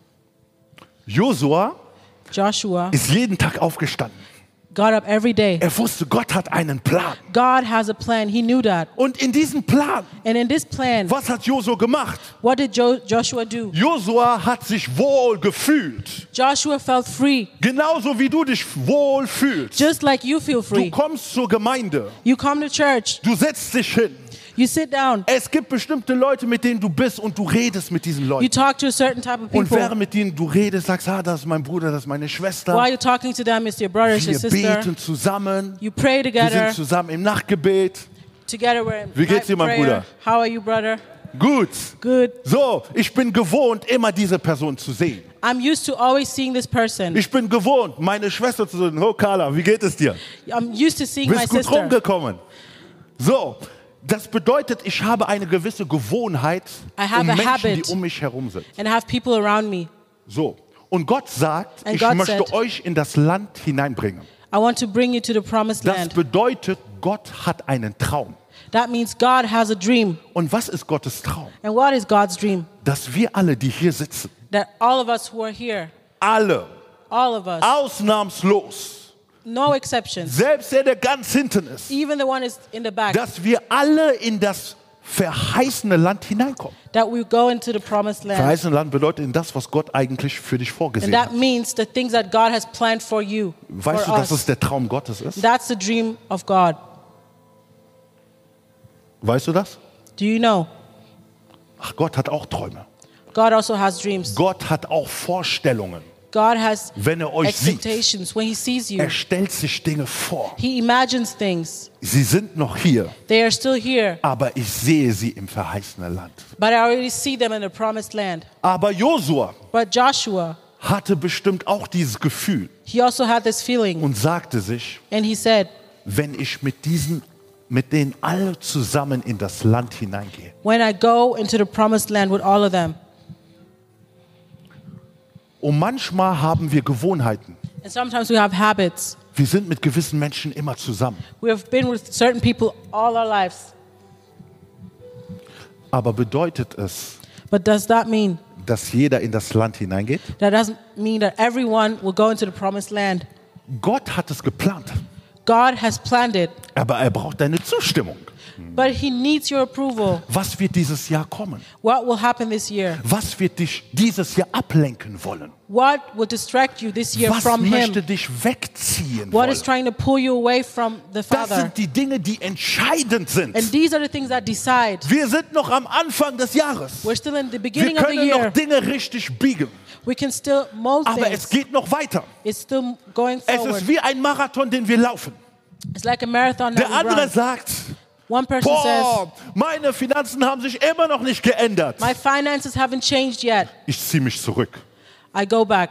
Josua Joshua ist jeden Tag aufgestanden. got up every day. Er wusste, Gott hat einen Plan. God has a plan. He knew that. Und in diesem Plan, And in this plan, was hat Josua gemacht? what did jo- Joshua do? Josua hat sich wohl gefühlt. Joshua felt free, Genauso wie du dich wohl fühlst. just like you feel Du free. kommst zur Gemeinde. You come to church, Du setzt dich hin. you sit down, Es gibt bestimmte Leute, mit denen du bist und du redest mit diesen you Leuten. talk to a certain type of Und people. während mit denen du redest, sagst, ah, das ist mein Bruder, das ist meine Schwester. While you're talking to them, it's your brother, it's your Wir sister. beten zusammen. You pray Wir together. sind zusammen im Nachtgebet. Together we're in Wie geht's dir, night mein prayer. Bruder? How are you, brother? Gut. Good. So, ich bin gewohnt, immer diese Person zu sehen. I'm used to always seeing this person. Ich bin gewohnt, meine Schwester zu sehen. Oh, Carla, wie geht es dir? I'm used to seeing my Bist gut sister. rumgekommen. So, das bedeutet, ich habe eine gewisse Gewohnheit I have um a Menschen, habit. die um mich herum sind. And I have people around me. So, und Gott sagt, And ich God möchte said- euch in das Land hineinbringen. I want to bring you to the promised Das land. bedeutet, Gott hat einen Traum. That means God has a dream. Und was ist Gottes Traum? And what is God's dream? Dass wir alle, die hier sitzen, That all of us who are here, alle, all of us, ausnahmslos, no exceptions, selbst der, der ganz hinten ist, even the one is in the back, dass wir alle in das verheißene Land hineinkommen. that we go into the promised land. Verheißene Land bedeutet in das, was Gott eigentlich für dich And vorgesehen that hat. means the things that God has planned for you, Weißt du, for dass es us. der Traum Gottes ist? That's the dream of God. Weißt du das? Do you know? Ach, Gott hat auch Träume. God also has dreams. Gott hat auch Vorstellungen. God has Wenn er euch sieht, expectations. When he sees you, er stellt sich Dinge vor. he imagines things. Sie sind noch hier, They are still here, aber ich sehe sie im verheißenen Land. but I already see them in the promised land. Aber Josua But Joshua, hatte bestimmt auch dieses Gefühl he also had this feeling. und sagte sich, And he said, wenn ich mit diesen, mit denen alle zusammen in das Land hineingehe, when I go into the promised land with all of them. und manchmal haben wir Gewohnheiten. And sometimes we have habits. Wir sind mit gewissen Menschen immer zusammen. We have been with certain people all our lives. Aber bedeutet es, But does that mean, dass jeder in das Land hineingeht? that doesn't mean that everyone will go into the promised land? Gott hat es geplant, God has planned it, aber er braucht deine Zustimmung. but he needs your approval. Was wird dieses Jahr kommen? What will happen this year? Was wird dich dieses Jahr ablenken wollen? What will distract you this year Was from möchte him? dich wegziehen What is wollen? trying to pull you away from the Das Father? sind die Dinge, die entscheidend sind. And these are the things that decide. Wir sind noch am Anfang des Jahres. We're still in the Wir beginning of the können noch year. Dinge richtig biegen, We can still mold aber es things. geht noch weiter. It's still going Es forward. ist wie ein Marathon, den wir laufen. It's like a marathon that Der we andere run. sagt, One person boah, meine Finanzen haben sich immer noch nicht geändert. says, my finances haven't changed yet. Ich ziehe mich zurück. I go back.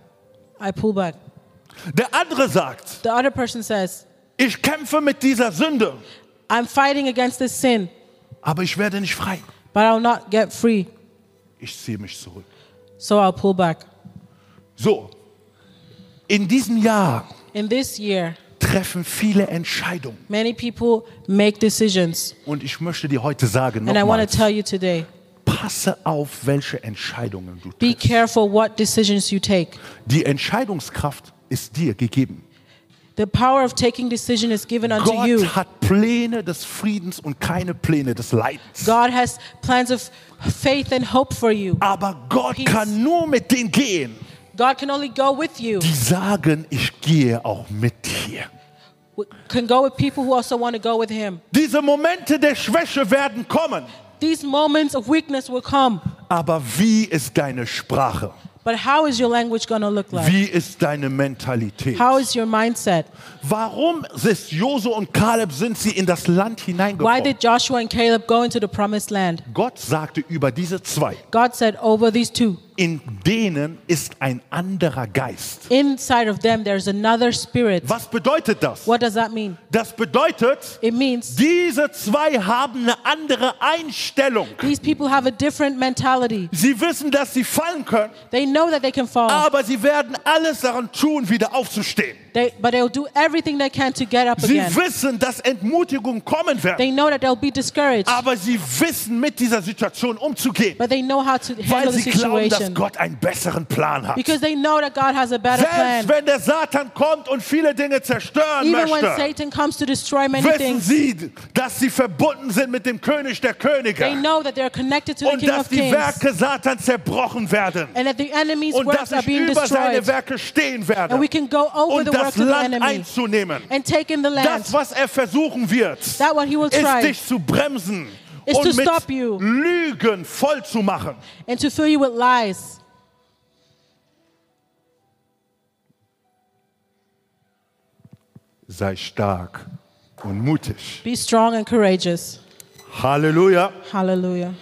I pull back. Der andere sagt, The other person says, ich kämpfe mit dieser Sünde, I'm fighting against this sin, aber ich werde nicht frei. but I'll not get free. Ich ziehe mich zurück. So I'll pull back. So, in diesem Jahr In this year, treffen viele Entscheidungen. many people make decisions. Und ich möchte dir heute sagen, And I want to nochmals, tell you today, passe auf, welche Entscheidungen du be triffst. careful what decisions you take. Die Entscheidungskraft ist dir gegeben. The power of taking decision is given unto you. Gott hat Pläne des Friedens und keine Pläne des Leidens. God has plans of faith and hope for you. Aber Gott Peace. kann nur mit denen gehen, God can only go with you. die sagen, ich gehe auch mit dir. We can go with people who also want to go with him. Diese Momente der Schwäche werden kommen. These moments of weakness will come. Aber wie ist deine Sprache? But how is your language going to look like? Wie ist deine Mentalität? How is your mindset? Warum ist Josua und Kaleb sind sie in das Land Why hineingekommen? did Joshua and Caleb go into the promised land? Gott sagte über diese zwei, God said over these two, in denen ist ein anderer Geist. inside of them there's another spirit. Was bedeutet das? What does that mean? Das bedeutet, It means diese zwei haben eine andere Einstellung. these people have a different mentality. Sie wissen, dass sie fallen können, They know that they can fall, aber sie werden alles daran tun, wieder aufzustehen. they, but they'll do everything they can to get up Sie again. wissen, dass Entmutigungen kommen werden, They know that they'll be discouraged, aber sie wissen, mit dieser Situation umzugehen, but they know how to weil handle the sie glauben, dass situation Gott einen besseren Plan hat. because they know that God has a better Selbst plan. wenn der Satan kommt und viele Dinge zerstören Even when möchte, Satan comes to destroy many wissen things, sie, dass sie verbunden sind mit dem König der they Könige know that they're connected to the und King dass of die Kings Werke Satans zerbrochen werden and that the enemy's und works dass are ich being über seine destroyed. Werke stehen werde And we can go over und the das works of the Land enemy einzunehmen. and take in the land. Das, was er versuchen wird, That what he will ist try dich zu bremsen is to und mit stop you. Lügen voll zu machen. and to fill you with lies. Sei stark und mutig. Be strong and courageous. Halleluja. Hallelujah.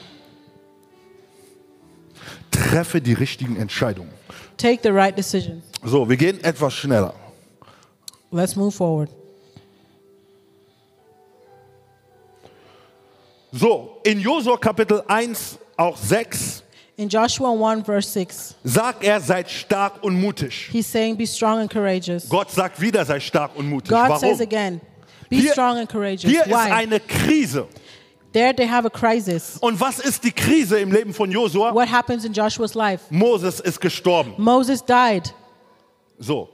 Treffe die richtigen Entscheidungen. Take the right decisions. So, wir gehen etwas schneller. Let's move forward. So, in Josua Kapitel eins, auch sechs, In Joshua one verse six, sagt er, seid stark und mutig. he's saying, be strong and courageous. Gott sagt wieder, sei stark und mutig. God Warum? says again, be Hier- strong and courageous. Hier ist Why? eine Krise. There they have a crisis. Und was ist die Krise im Leben von Josua? What happens in Joshua's life? Moses ist gestorben. Moses died. So.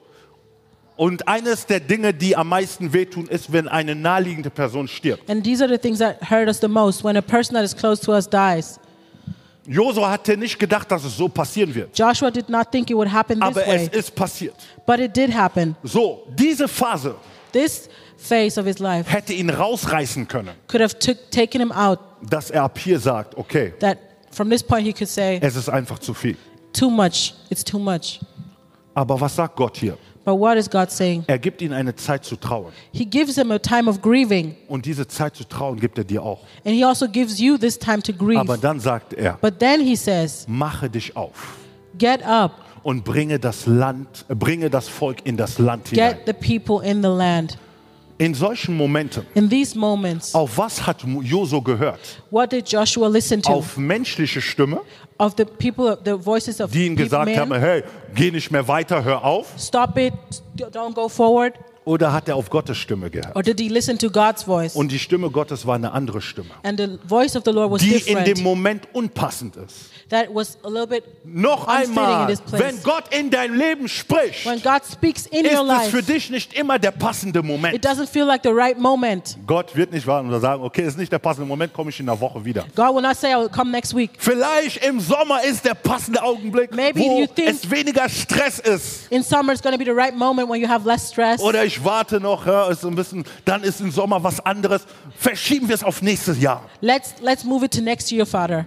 Und eines der Dinge, die am meisten wehtun, ist, wenn eine naheliegende Person stirbt. And these are the things that hurt us the most, when a person that is close to us dies. Josua hatte nicht gedacht, dass es so passieren wird. Joshua did not think it would happen this Aber way, es ist passiert. but it did happen. So, diese Phase This phase of his life hätte ihn rausreißen können, could have took, taken him out, dass er ab hier sagt, okay, that from this point he could say, es ist einfach zu viel. too much, it's too much. Aber was sagt Gott hier? But what is God saying? Er gibt ihnen eine Zeit zu trauen. He gives him a time of grieving, Und diese Zeit zu trauen gibt er dir auch. and he also gives you this time to grieve. Aber dann sagt er, But then he says, mache dich auf get up, und bringe das Land, äh, bringe das Volk in das Land hinein. get the people in the land. In solchen Momenten, In these moments, auf was hat Josua gehört? what did Joshua listen to? Auf menschliche Stimme, Of the people, the voices of die ihm people, gesagt haben, men? hey, geh nicht mehr weiter, hör auf. Stop it, don't go forward. Oder hat er auf Gottes Stimme gehört? Or did he listen to God's voice? Und die Stimme Gottes war eine andere Stimme, And the voice of the Lord was die in dem different. Moment unpassend ist. That was a little bit Noch unfitting in einmal, this place. wenn Gott in dein Leben spricht, When God speaks in ist your es für life, dich nicht immer der passende it Moment. doesn't feel like the right moment. Gott wird nicht warten oder sagen, okay, ist nicht der passende Moment, komme ich in einer Woche wieder. God will not say, I will come next week. Vielleicht im Sommer ist der passende Augenblick, Maybe wo you think- es weniger Stress ist. In summer, it's going to be the right moment when you have less stress. Oder ich warte noch, ja, ist so ein bisschen, dann ist im Sommer was anderes. Verschieben wir es auf nächstes Jahr. Let's, let's move it to next year, Father.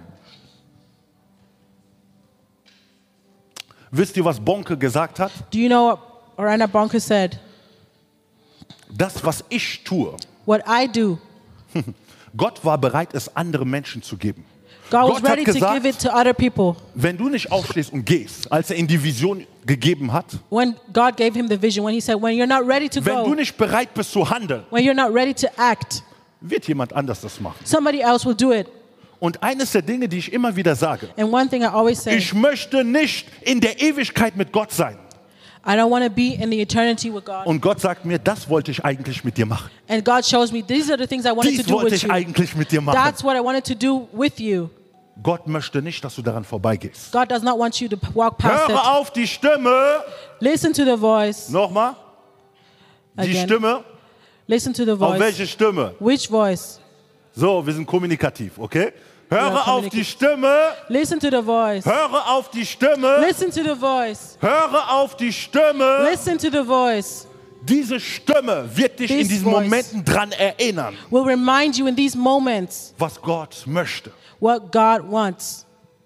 Wisst ihr, was Bonke gesagt hat? Do you know what Orana Bonka said? Das, was ich tue, what I do, Gott war bereit, es anderen Menschen zu geben. God was Gott hat ready to gesagt, give it to other people. wenn du nicht aufstehst und gehst, als er ihm die Vision gegeben hat, When God gave him the vision, when he said, when you're not ready to wenn du go, nicht bereit bist zu handeln, when you're not ready to act, wird jemand anders das machen. somebody else will do it. Und eines der Dinge, die ich immer wieder sage, And one thing I always say, ich möchte nicht in der Ewigkeit mit Gott sein. I don't want to be in the eternity with God. Und Gott sagt mir, das wollte ich eigentlich mit dir machen. And God shows me, these are the things I wanted to Dies do wollte with ich you. eigentlich mit dir machen. That's what I wanted to do with you. Gott möchte nicht, dass du daran vorbeigehst. God does not want you to p- walk past Höre it. auf die Stimme. Listen to the voice. Nochmal. Die Again. Stimme. Listen to the Auf voice. welche Stimme? Which voice? So, wir sind kommunikativ, okay? Höre Ja, auf kommunikativ. die Stimme. Listen to the voice. Höre auf die Stimme. Listen to the voice. Höre auf die Stimme. Listen to the voice. Diese Stimme wird dich in This diesen voice. Momenten dran erinnern, Will remind you in these moments was Gott möchte. what God wants.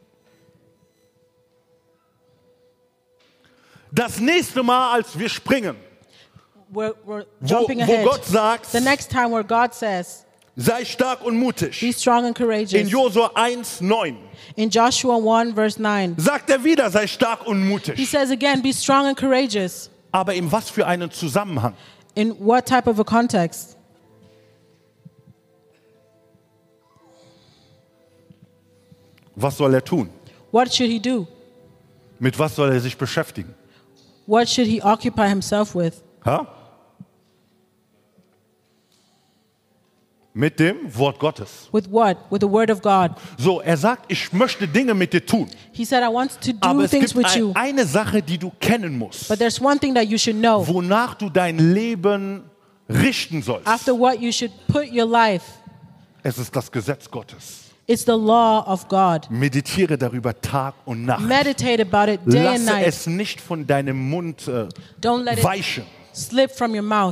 Das nächste Mal, als wir springen, We're, we're wo, jumping wo ahead. Gott sagt, The next time where God says, sei stark und be mutig. strong and In courageous. Josua eins, neun In Joshua one verse nine. sagt er wieder, sei stark und He mutig. says again, be strong and courageous. Aber in was für einen Zusammenhang? In what type of a context? Was soll er tun? What should he do? Mit was soll er sich beschäftigen? What should he occupy himself with? Ha? Mit dem Wort Gottes. With what? With the word of God. So, er sagt, ich möchte Dinge mit dir tun. He said, I want to Aber do es things gibt with you. ein, eine Sache, die du kennen musst, But there's one thing that you should know. wonach du dein Leben richten sollst. After what you should put your life. Es ist das Gesetz Gottes. It's the law of God. Meditiere darüber Tag und Nacht. Meditate about it day and Lasse night. es nicht von deinem Mund äh, Don't let it weichen. slip from your mouth.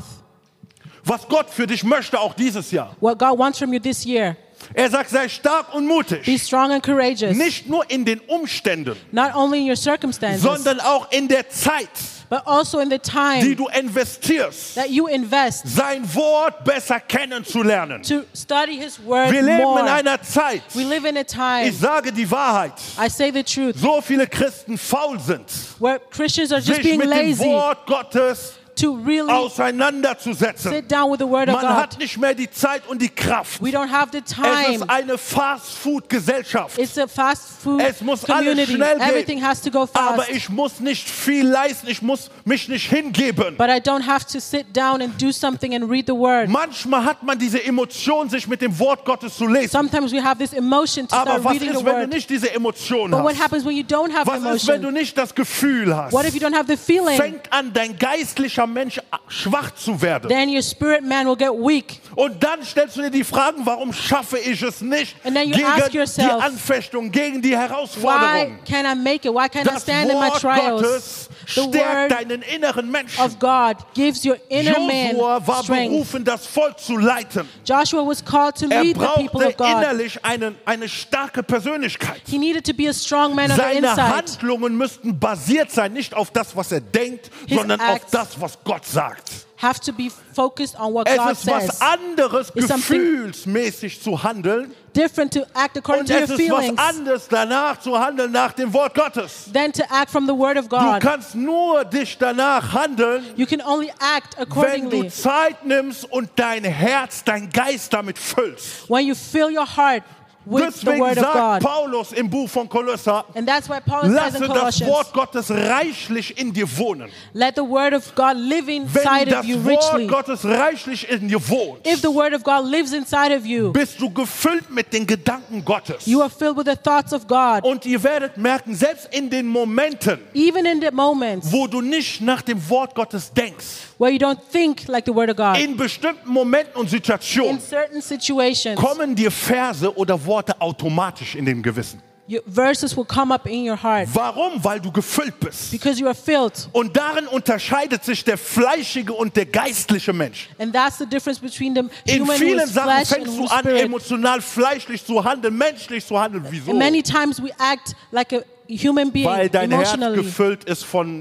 Was Gott für dich möchte, auch dieses Jahr. What God wants from you this year. Er sagt, sei stark und Be mutig. strong and courageous. Nicht nur in den Umständen, Not only in your circumstances, sondern auch in der Zeit, but also in the die time du investierst, that you invest sein Wort besser kennenzulernen. to study His word Wir leben in more. einer Zeit, We live in a time, ich sage die Wahrheit, I say the truth, so viele Christen faul sind, where Christians are just sich being mit dem lazy Wort Gottes to really auseinanderzusetzen. sit down with the word of Man God. hat nicht mehr die Zeit und die Kraft. We don't have the Es time. ist eine Fast-Food-Gesellschaft. It's a fast food Es muss alles community. schnell Everything gehen. has to go Aber fast. ich muss nicht viel leisten, ich muss mich nicht hingeben. But I don't have to sit down and do something and read the word. Manchmal hat man diese Emotion, sich mit dem Wort Gottes zu lesen. Sometimes we have this emotion to Aber start was reading the ist, wenn du word. nicht diese Emotion But what hast? happens when you don't have the Was ist, wenn du emotion? nicht das Gefühl hast? What if you don't have the feeling? Fängt an, dein geistlicher Mensch schwach zu werden. Then your spirit man will get weak. Und dann stellst du dir die Fragen, warum schaffe ich es nicht And then you gegen ask die yourself, Anfechtung, gegen die Why Herausforderung. can I make it? Why can I Das stand in my Wort trials? Gottes The stärkt word deinen inneren Menschen. of God gives your inner Josua man war strength. berufen, das Volk zu leiten. Joshua was called to Er lead the people brauchte of God. innerlich eine, eine starke Persönlichkeit. He needed to be a strong man on the Seine inside. Handlungen müssten basiert sein, nicht auf das, was er denkt, His sondern auf acts das, was Gott sagt. Have to be focused on what Es God ist was says. anderes, It's something gefühlsmäßig zu handeln, Different to act according und to your es ist was feelings anderes, danach zu handeln nach dem Wort Gottes. than to act from the word of Du God. kannst nur dich danach handeln, You can only act wenn du accordingly Zeit nimmst und dein Herz, dein Geist damit füllst. when you fill your heart with the Deswegen word of sagt God. Paulus im Buch von Kolosser, And that's why Paul says lasse in das Colossians, Wort Gottes reichlich in dir wohnen. let the word of God live Wenn inside das of you Wort richly. Gottes reichlich in dir wohnt, If the word of God lives inside of you, bist du gefüllt mit den Gedanken Gottes. you are filled with the thoughts of God. Und ihr werdet merken, selbst in den Momenten, Even in the moments wo du nicht nach dem Wort Gottes denkst, where you don't think like the word of God, in bestimmten Momenten und in Situationen, certain situations, kommen dir Verse oder Worte automatisch in dem Gewissen. your verses will come up in your heart Warum? Weil du gefüllt bist. because you are filled. Und darin unterscheidet sich der fleischige und der geistliche Mensch. And that's the difference between the In human who vielen is Sachen flesh and fängst who du is an, spirit. emotional, fleischlich zu handeln, menschlich zu handeln. Wieso? And many times we act like a human being Weil dein Herz emotionally gefüllt ist von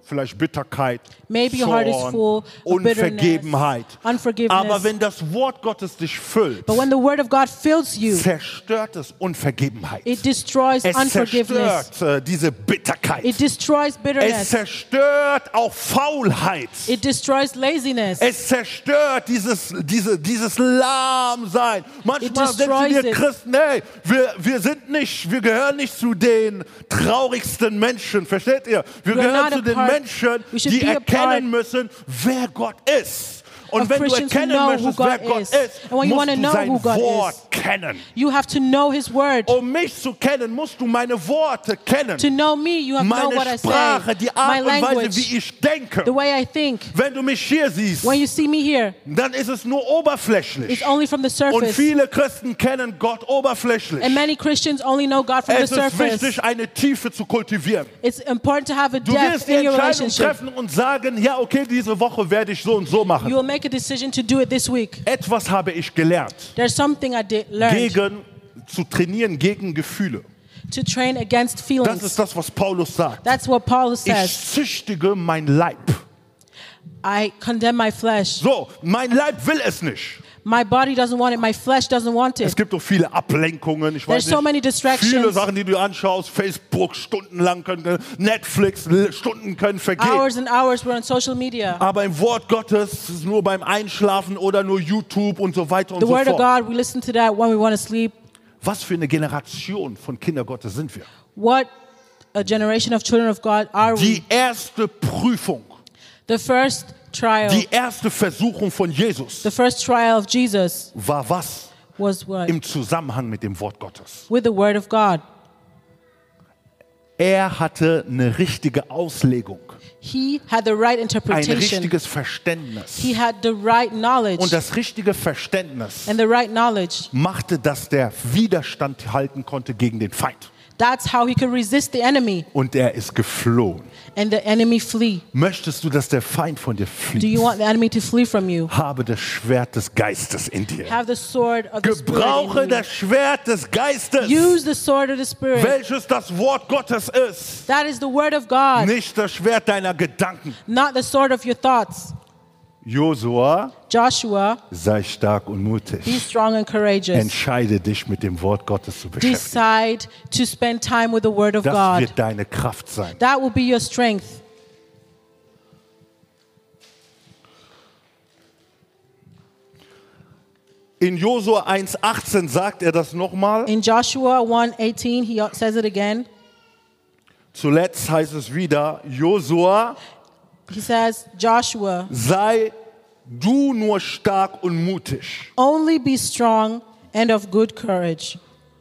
vielleicht Bitterkeit, Maybe your heart is Zorn, full of Unvergebenheit. bitterness, unforgiveness. Aber wenn das Wort Gottes dich füllt, But when the word of God fills you, zerstört es Unvergebenheit. it destroys Es unforgiveness. zerstört äh, diese Bitterkeit. It destroys Es bitterness. zerstört auch Faulheit. It destroys laziness. Es zerstört dieses, diese, dieses Lahmsein. Manchmal It denken destroys wir it. Christen, hey, wir, wir sind nicht, wir gehören nicht zu den traurigsten Menschen, versteht ihr? Wir We are gehören not zu a den part- Menschen, we should die be a part erkennen müssen, wer Gott ist. Und of wenn du Christians who erkennen know who möchtest, God wer Gott is. ist, And when you musst wanna du know sein who God Wort is, kennen. You have to know his word. Um mich zu kennen, musst du meine Worte kennen. To know me, you have to know what Meine I Sprache, say. die My Art und Weise, language, wie ich denke. the way I think. Wenn du mich hier siehst, When you see me here, dann ist es nur oberflächlich. it's only from the Und surface. viele Christen kennen Gott oberflächlich. And many Christians only know God from the Es ist surface. wichtig, eine Tiefe zu kultivieren. It's important to have a Du depth wirst die in your Entscheidung relationship. treffen und sagen, ja, okay, diese Woche werde ich so und so You machen. will make a decision to do it this week. Etwas habe ich gelernt, There's something I did learn gegen, zu trainieren gegen Gefühle. to train against Das feelings. ist das, was Paulus sagt. That's what Paul Ich says. züchtige mein Leib. I condemn my flesh. So, mein Leib will es nicht. My body doesn't want it. My flesh doesn't want Es it. gibt auch viele Ablenkungen. Ich weiß There's so many nicht, distractions. viele Sachen, die du anschaust, Facebook stundenlang können, Netflix Stunden können vergehen. Hours and hours we're on social media. Aber im Wort Gottes ist nur beim Einschlafen oder nur YouTube und so weiter und The so word of fort. God, we listen to that when we want to sleep. Was für eine Generation von Kinder Gottes sind wir? What a generation of children of God are we? Die erste Prüfung, The first trial, die erste Versuchung von Jesus the first trial of Jesus war was? was what? Im Zusammenhang mit dem Wort Gottes. With the word of God. Er hatte eine richtige Auslegung, He had the right ein interpretation. richtiges Verständnis. He had the right knowledge. Und das richtige Verständnis And the right knowledge. machte, dass der Widerstand halten konnte gegen den Feind. That's how he could resist the enemy. Und er ist geflohen. And the enemy flee. Möchtest du, dass der Feind von dir Do flieht? you want the enemy to flee from you? Habe das Schwert des Geistes in dir. Have the sword of the Gebrauche Spirit in das Schwert des you. Geistes, Use the sword of the Spirit. welches das Wort Gottes ist. That is the word of God, Nicht das Schwert deiner Gedanken. not the sword of your thoughts. Josua, Joshua, sei stark und be mutig. strong and courageous. Entscheide dich, mit dem Wort Gottes zu beschäftigen. Decide to spend time with the word of Das God. wird deine Kraft sein. That will be your strength. In Josua eins achtzehn sagt er das nochmal. In Joshua one eighteen, he says it again. Zuletzt heißt es wieder, Josua, He says, Joshua, sei du nur stark und mutig. only be strong and of good courage.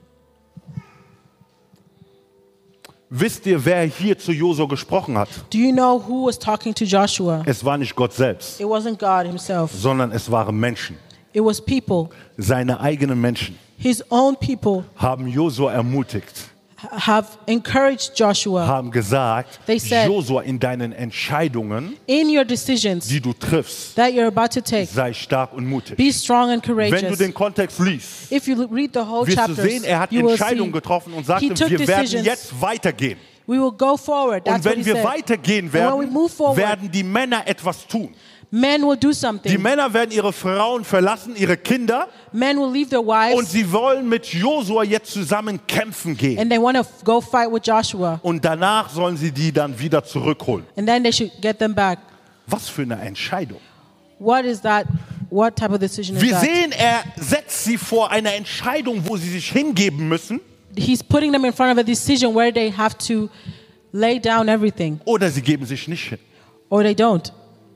Wisst ihr, wer hier zu Josua gesprochen hat? Do you know who was talking to Joshua? Es war nicht Gott selbst, It wasn't God himself. sondern es waren Menschen. It was people. Seine eigenen Menschen His own people haben Josua ermutigt, have encouraged Joshua. haben gesagt, They said- Josua, in deinen Entscheidungen, In your decisions die du triffst, that you're about to take, sei stark und mutig. be strong and Wenn du courageous. den Kontext liest, If you read the whole wirst du chapter, sehen, er hat you will Entscheidungen see getroffen und he sagte, took wir werden decisions. jetzt weitergehen. We will go forward. That's Und what wenn he wir said. weitergehen And when we werden, move forward, werden die Männer etwas tun. men will do Die something. Männer werden ihre Frauen verlassen, ihre Kinder, Men will leave their und wives sie wollen mit Josua jetzt zusammen kämpfen gehen. and they want to go fight with Joshua. Und danach sollen sie die dann wieder zurückholen. And then they should get them back. Was für eine Entscheidung. What is that? What type of decision is Wir that? sehen, er setzt sie vor eine Entscheidung, wo sie sich hingeben müssen, He's putting them in front of a decision where they have to lay down everything oder sie geben sich nicht hin. or they don't.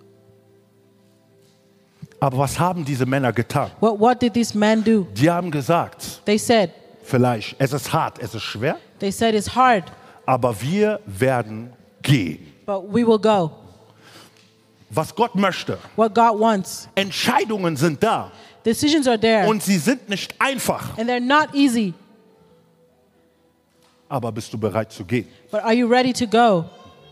Aber was haben diese Männer getan? What, what did these men do? Die haben gesagt, They said, vielleicht, es ist hart, es ist schwer, they said it's hard, aber wir werden gehen. but we will go. Was Gott möchte. What God wants. Entscheidungen sind da Decisions are there und sie sind nicht einfach. and they're not easy, Aber bist du bereit zu gehen? but are you ready to go?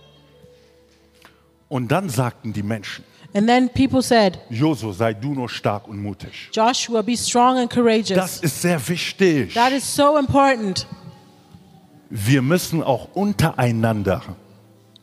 Und dann sagten die Menschen, And then people said, Josua, sei du nur stark und mutig. Joshua, be strong and Das courageous. ist sehr wichtig. That is so important. Wir müssen auch untereinander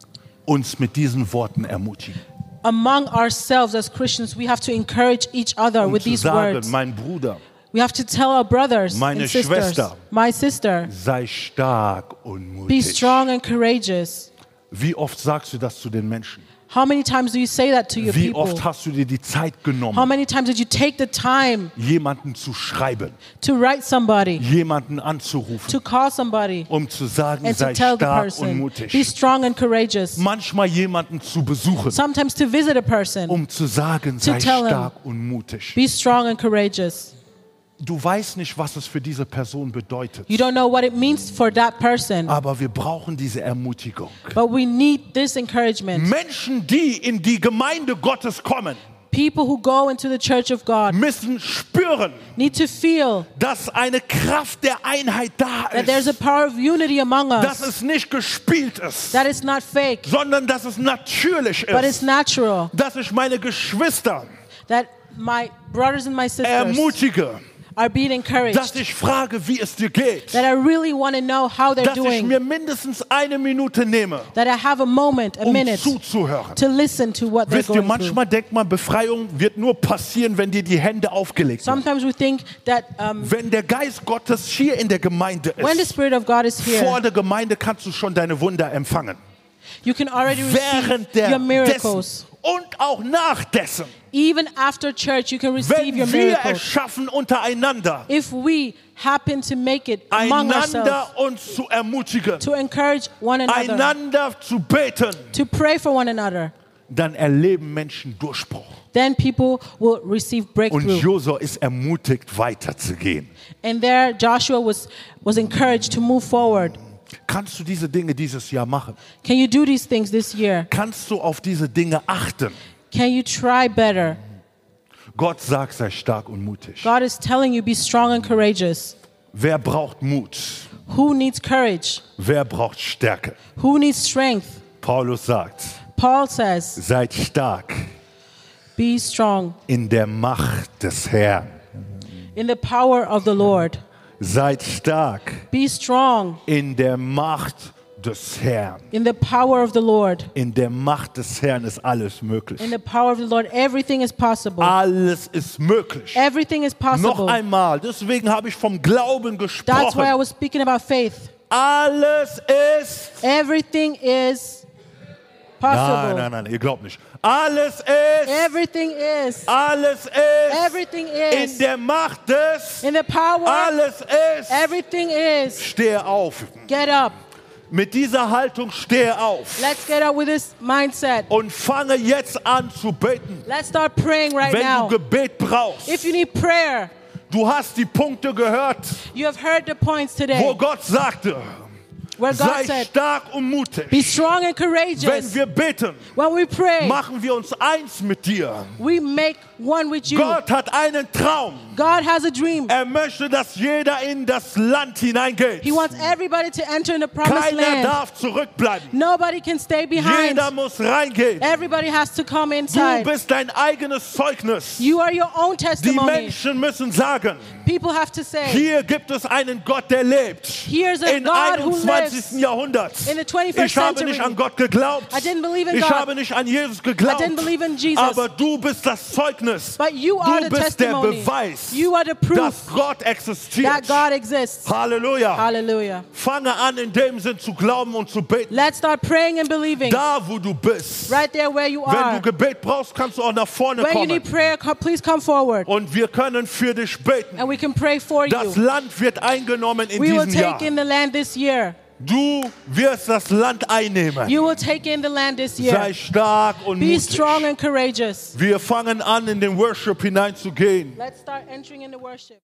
uns mit diesen Worten ermutigen. Among ourselves as Christians, we have to encourage each other Um with zu these sagen, words. mein Bruder, We have to tell our brothers Meine and sisters, Schwester. my sister, sei stark und be mutig. strong and courageous. Wie oft sagst du das zu den Menschen? How many times do you say that to your Wie people? oft hast du dir die Zeit How genommen, many times did you take the time jemanden zu schreiben, to write somebody, jemanden anzurufen, to call somebody, um zu sagen, and to sei tell the stark und person, be mutig. strong and courageous? Manchmal jemanden zu besuchen, Sometimes to visit a person, um zu sagen, To sei tell him. stark und mutig. be strong and courageous. Du weißt nicht, was es für diese Person bedeutet, You don't know what it means for that person, aber wir brauchen diese Ermutigung. but we need this encouragement. Menschen, die in die Gemeinde Gottes kommen, People who go into the church of God müssen spüren, need to feel dass eine Kraft der Einheit da that there's a ist, power of unity among dass us, es nicht gespielt ist, that it's not fake, sondern dass es natürlich but it's ist, natural, dass ich meine Geschwister that my brothers and my sisters ermutige, are being dass encouraged, ich frage, wie es dir geht, that I really want to know how they're dass ich doing, mir mindestens eine Minute nehme, that I have a moment, a um minute zuzuhören. to listen to what they're Wisst ihr, going through. manchmal denkt man, Befreiung wird nur passieren, wenn dir die Hände aufgelegt werden. Sometimes we think that um, Wenn der Geist Gottes hier in der Gemeinde when the ist, Spirit of God is vor here, der Gemeinde kannst du schon deine Wunder empfangen. you can already receive Während your der dessen miracles. und auch nach dessen. Even after church, you can receive Wenn your wir es miracles. schaffen, untereinander, If we happen to make it among ourselves, einander uns zu ermutigen, to encourage one another, einander zu beten, to pray for one another, dann erleben Menschen Durchbruch. then people will receive Und breakthrough. Josua ist ermutigt, weiterzugehen. And there, Joshua was, was encouraged to move forward. Kannst du diese Dinge dieses Jahr machen? Can you do these things this year? Kannst du auf diese Dinge achten? Can you try better? Gott sagt, sei stark und mutig. God is telling you, be strong and courageous. Wer braucht Mut? Who needs courage? Wer braucht Stärke? Who needs strength? Paulus sagt, Paul says, seid stark be strong in der Macht des Herrn. in the power of the Lord. Seid stark Be strong in der Macht des Herrn. in the power of the Lord. In der Macht des Herrn ist alles möglich. In the power of the Lord, everything is possible. Alles ist möglich. Everything is Noch possible. einmal, deswegen habe ich vom Glauben That's why I gesprochen. was speaking about faith. Alles ist. Everything is possible. Nein, nein, nein, ihr glaubt nicht. Alles ist. Everything is. Alles ist. Everything In is. der Macht des. In the power, Alles ist. everything is. Stehe auf. Get up. Mit dieser Haltung stehe auf. Let's get up with this mindset. Und fange jetzt an zu beten. Let's start praying right Wenn now. du Gebet brauchst. If you need prayer, Du hast die Punkte gehört, you have heard the points wo today Gott sagte, where God sei said, stark und mutig. be strong and Wenn courageous. wir beten, When we pray, machen wir uns eins mit dir. we make one with you. Gott hat einen Traum. God has a dream. Er möchte, dass jeder in das Land hineingeht. He wants everybody to enter in the promised Keiner land. darf zurückbleiben. Nobody can stay behind. Jeder muss reingehen. Everybody has to come Du inside. bist dein eigenes Zeugnis. You are your own Die testimony. Menschen müssen sagen, People have to say, hier gibt es einen Gott, der lebt. here's a Im God who einundzwanzigsten lives. Jahrhundert. In the twenty-first Ich habe century. nicht an Gott geglaubt. I didn't believe in Ich God. habe nicht an Jesus I geglaubt. didn't believe in Jesus. Aber du bist das Zeugnis. But you are Du the bist der testimony. Beweis, You are the proof dass Gott existiert. that God exists. Halleluja. Hallelujah. Fange an, in dem Sinn zu glauben und zu beten. Let's start praying and believing. Da, wo du bist. Right there where you Wenn du are. Gebet brauchst, kannst du auch nach vorne When you kommen. need prayer, co- please come forward. Und wir können für dich beten. And we can pray for Das you. Land wird eingenommen in We will diesem Jahr. take in the land this year. Du wirst das Land einnehmen. You will take in the land this Sei year. stark und Be mutig. strong and courageous. Wir fangen an, in den Worship hineinzugehen. Let's start entering in the worship.